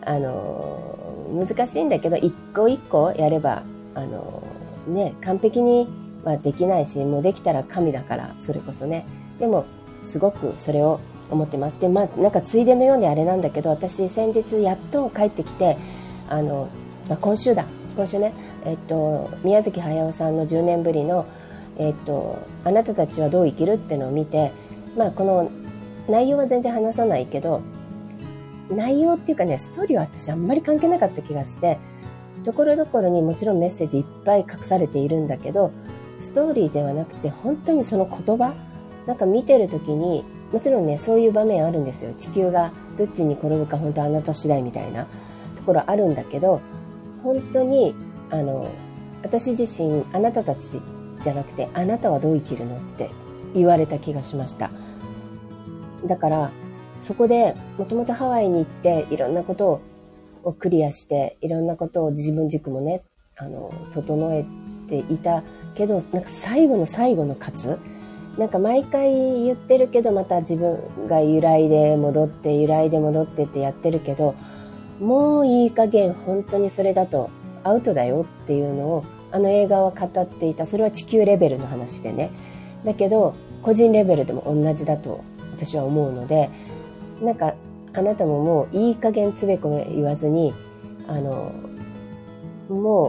難しいんだけど、一個一個やれば、完璧にはできないし、もうできたら神だから、それこそね。でも、すごくそれを思ってます。で、なんかついでのようであれなんだけど、私先日やっと帰ってきて、今週ね、宮崎駿さんの10年ぶりの、あなたたちはどう生きるってのを見て、この内容は全然話さないけど、内容っていうかね、ストーリーは私あんまり関係なかった気がして、ところどころにもちろんメッセージいっぱい隠されているんだけど、ストーリーではなくて本当にその言葉、なんか見てる時に、もちろんね、そういう場面あるんですよ。地球がどっちに転ぶか本当あなた次第みたいなところあるんだけど、本当に、私自身、あなたたちじゃなくて、あなたはどう生きるのって言われた気がしました。だから、そこで、もともとハワイに行って、いろんなことをクリアして、いろんなことを自分軸もね、整えていたけど、なんか最後の最後の勝つ、なんか毎回言ってるけど、また自分が揺らいで戻ってってやってるけど、もういい加減本当にそれだとアウトだよっていうのを、映画は語っていた。それは地球レベルの話でね。だけど、個人レベルでも同じだと私は思うので、なんかあなたももういい加減つべこべ言わずに、も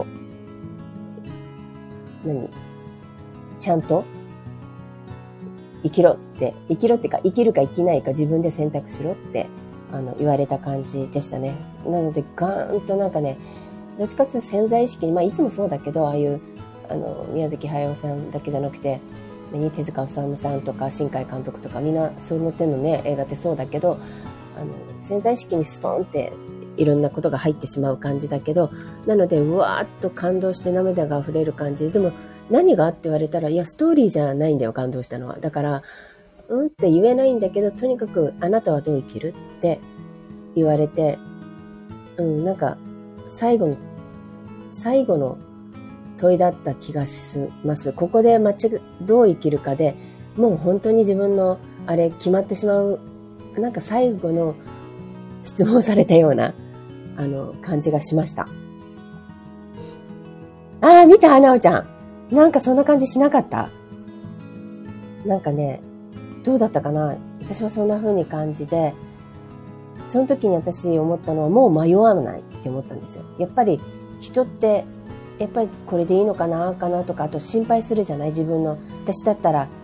う、ちゃんと生きろってか、生きるか生きないか自分で選択しろって、言われた感じでしたね。なので、ガーンとなんかね、どっちかというと潜在意識に、まあいつもそうだけど、ああいう、宮崎駿さんだけじゃなくて、手塚治虫さんとか、新海監督とか、みんなその手のね、映画ってそうだけど、潜在意識にストーンっていろんなことが入ってしまう感じだけど、なので、うわーっと感動して涙が溢れる感じで、でも、何がって言われたら、いや、ストーリーじゃないんだよ、感動したのは。だから、って言えないんだけど、とにかく、あなたはどう生きるって言われて、なんか、最後の問いだった気がします。ここでどう生きるかで、もう本当に自分の、あれ、決まってしまう、なんか最後の質問されたような、感じがしました。見た？なおちゃん。なんかそんな感じしなかった？なんかね、どうだったかな？私はそんな風に感じで、その時に私思ったのはもう迷わないって思ったんですよ。やっぱり人って、やっぱりこれでいいのかなとか、あと心配するじゃない？自分の。私だったら、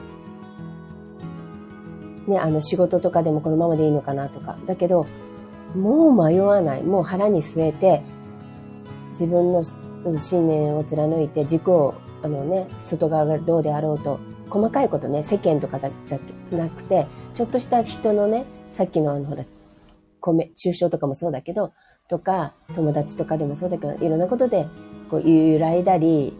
ね、仕事とかでもこのままでいいのかなとか。だけど、もう迷わない。もう腹に据えて、自分の信念を貫いて軸を、外側がどうであろうと、細かいことね、世間とかじゃなくて、ちょっとした人のね、さっきのほら、抽象とかもそうだけど、とか、友達とかでもそうだけど、いろんなことで、こう、揺らいだり、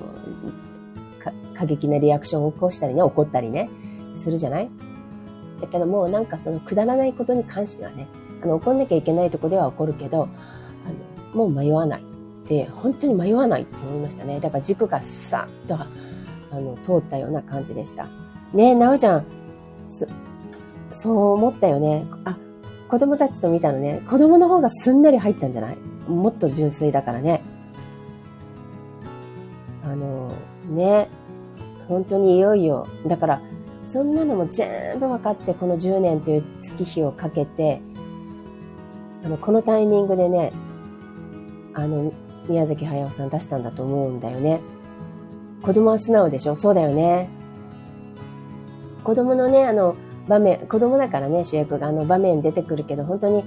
過激なリアクションを起こしたりね、怒ったりね、するじゃない？だけども、なんかそのくだらないことに関してはね、怒んなきゃいけないとこでは怒るけど、もう迷わない。で、本当に迷わないって思いましたね。だから軸がさっと、通ったような感じでした。ねえ、なおちゃん、そう思ったよね。子供たちと見たのね。子供の方がすんなり入ったんじゃない？もっと純粋だからね。ね、本当にいよいよ、だから、そんなのも全部分かって、この10年という月日をかけて、このタイミングでね、宮崎駿さん出したんだと思うんだよね。子供は素直でしょ？そうだよね。子供のね、場面、子供だからね、主役が場面出てくるけど、本当に、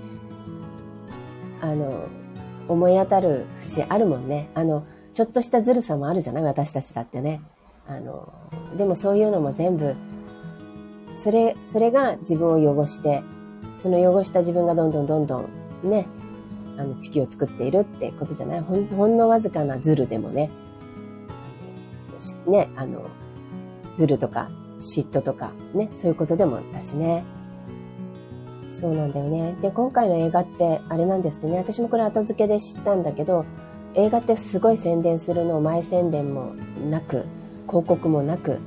思い当たる節あるもんね。ちょっとしたずるさもあるじゃない？私たちだってね。でもそういうのも全部、それが自分を汚して、その汚した自分がどんどんね、地球を作っているってことじゃない？ほんのわずかなズルでもね、ズルとか嫉妬とかね、そういうことでもだしね。そうなんだよね。で、今回の映画ってあれなんですってね、私もこれ後付けで知ったんだけど、映画ってすごい宣伝するのを前宣伝もなく、広告もなく、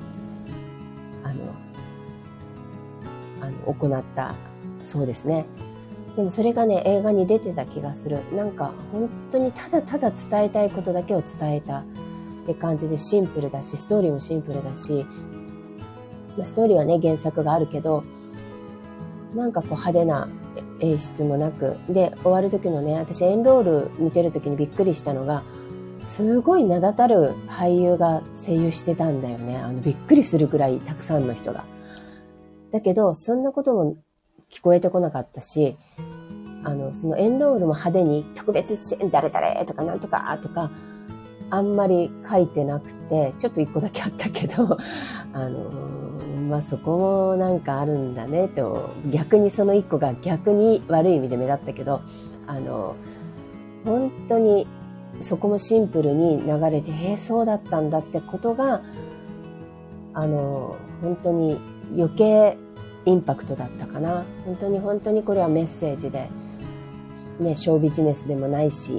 行ったそうですね。でもそれがね、映画に出てた気がする。なんか本当にただただ伝えたいことだけを伝えたって感じで、シンプルだし、ストーリーもシンプルだし、ストーリーはね、原作があるけど、なんかこう派手な演出もなく、で、終わる時のね、私エンロール見てる時にびっくりしたのが、すごい名だたる俳優が声優してたんだよね。びっくりするくらいたくさんの人が。だけど、そんなことも聞こえてこなかったし、そのエンロールも派手に特別出演誰々とかなんとかとか、あんまり書いてなくて、ちょっと一個だけあったけど、そこもなんかあるんだねと、逆にその一個が逆に悪い意味で目立ったけど、本当にそこもシンプルに流れて、そうだったんだってことが、本当に余計インパクトだったかな。本当にこれはメッセージで、ね、ショービジネスでもないし、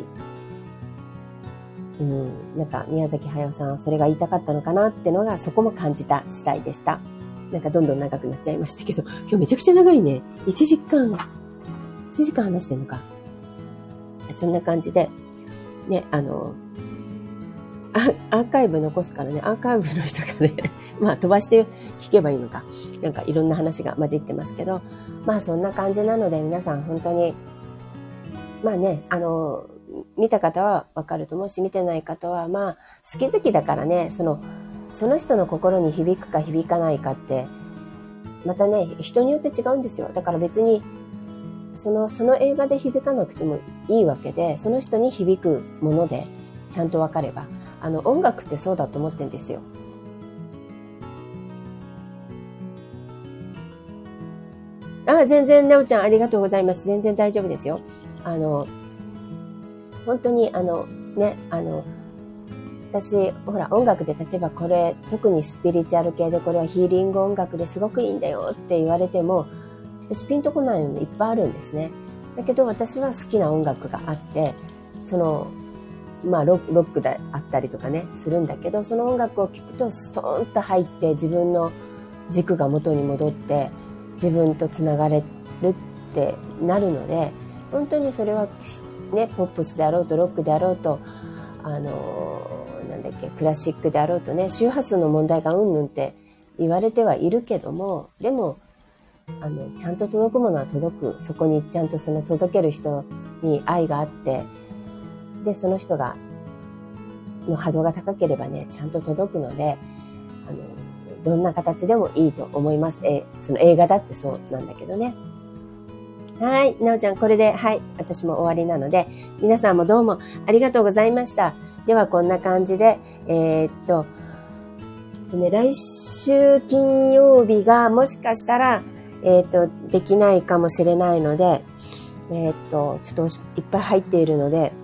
なんか宮崎駿さんはそれが言いたかったのかなってのが、そこも感じた次第でした。なんかどんどん長くなっちゃいましたけど、今日めちゃくちゃ長いね。1時間話してんのか。そんな感じで、ね、 アーカイブ残すからね、アーカイブの人がね、まあ飛ばして聞けばいいのか。なんかいろんな話が混じってますけど、まあそんな感じなので皆さん本当に、まあね、見た方はわかると思うし、見てない方はまあ好き好きだからね、その人の心に響くか響かないかって、またね、人によって違うんですよ。だから別に、その映画で響かなくてもいいわけで、その人に響くものでちゃんとわかれば、音楽ってそうだと思ってるんですよ。全然、なおちゃんありがとうございます。全然大丈夫ですよ。本当に、ね、私、ほら、音楽で例えばこれ、特にスピリチュアル系でこれはヒーリング音楽ですごくいいんだよって言われても、私ピンとこないのいっぱいあるんですね。だけど私は好きな音楽があって、まあロックであったりとかね、するんだけど、その音楽を聴くとストーンと入って自分の軸が元に戻って、自分とつながれるってなるので、本当にそれはね、ポップスであろうとロックであろうと、なんだっけ、クラシックであろうとね、周波数の問題がうんぬんって言われてはいるけども、でも、ちゃんと届くものは届く。そこにちゃんとその届ける人に愛があって、で、その人の波動が高ければね、ちゃんと届くので、どんな形でもいいと思います。その映画だってそうなんだけどね。はい。なおちゃん、これで、はい。私も終わりなので、皆さんもどうもありがとうございました。では、こんな感じで、来週金曜日がもしかしたら、できないかもしれないので、ちょっといっぱい入っているので、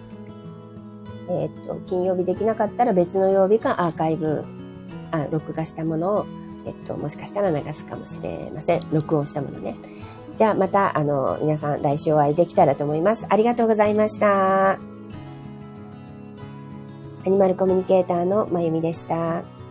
金曜日できなかったら別の曜日かアーカイブ、録画したものを、もしかしたら流すかもしれません。録音したものね。じゃあまた、皆さん来週お会いできたらと思います。ありがとうございました。アニマルコミュニケーターのまゆみでした。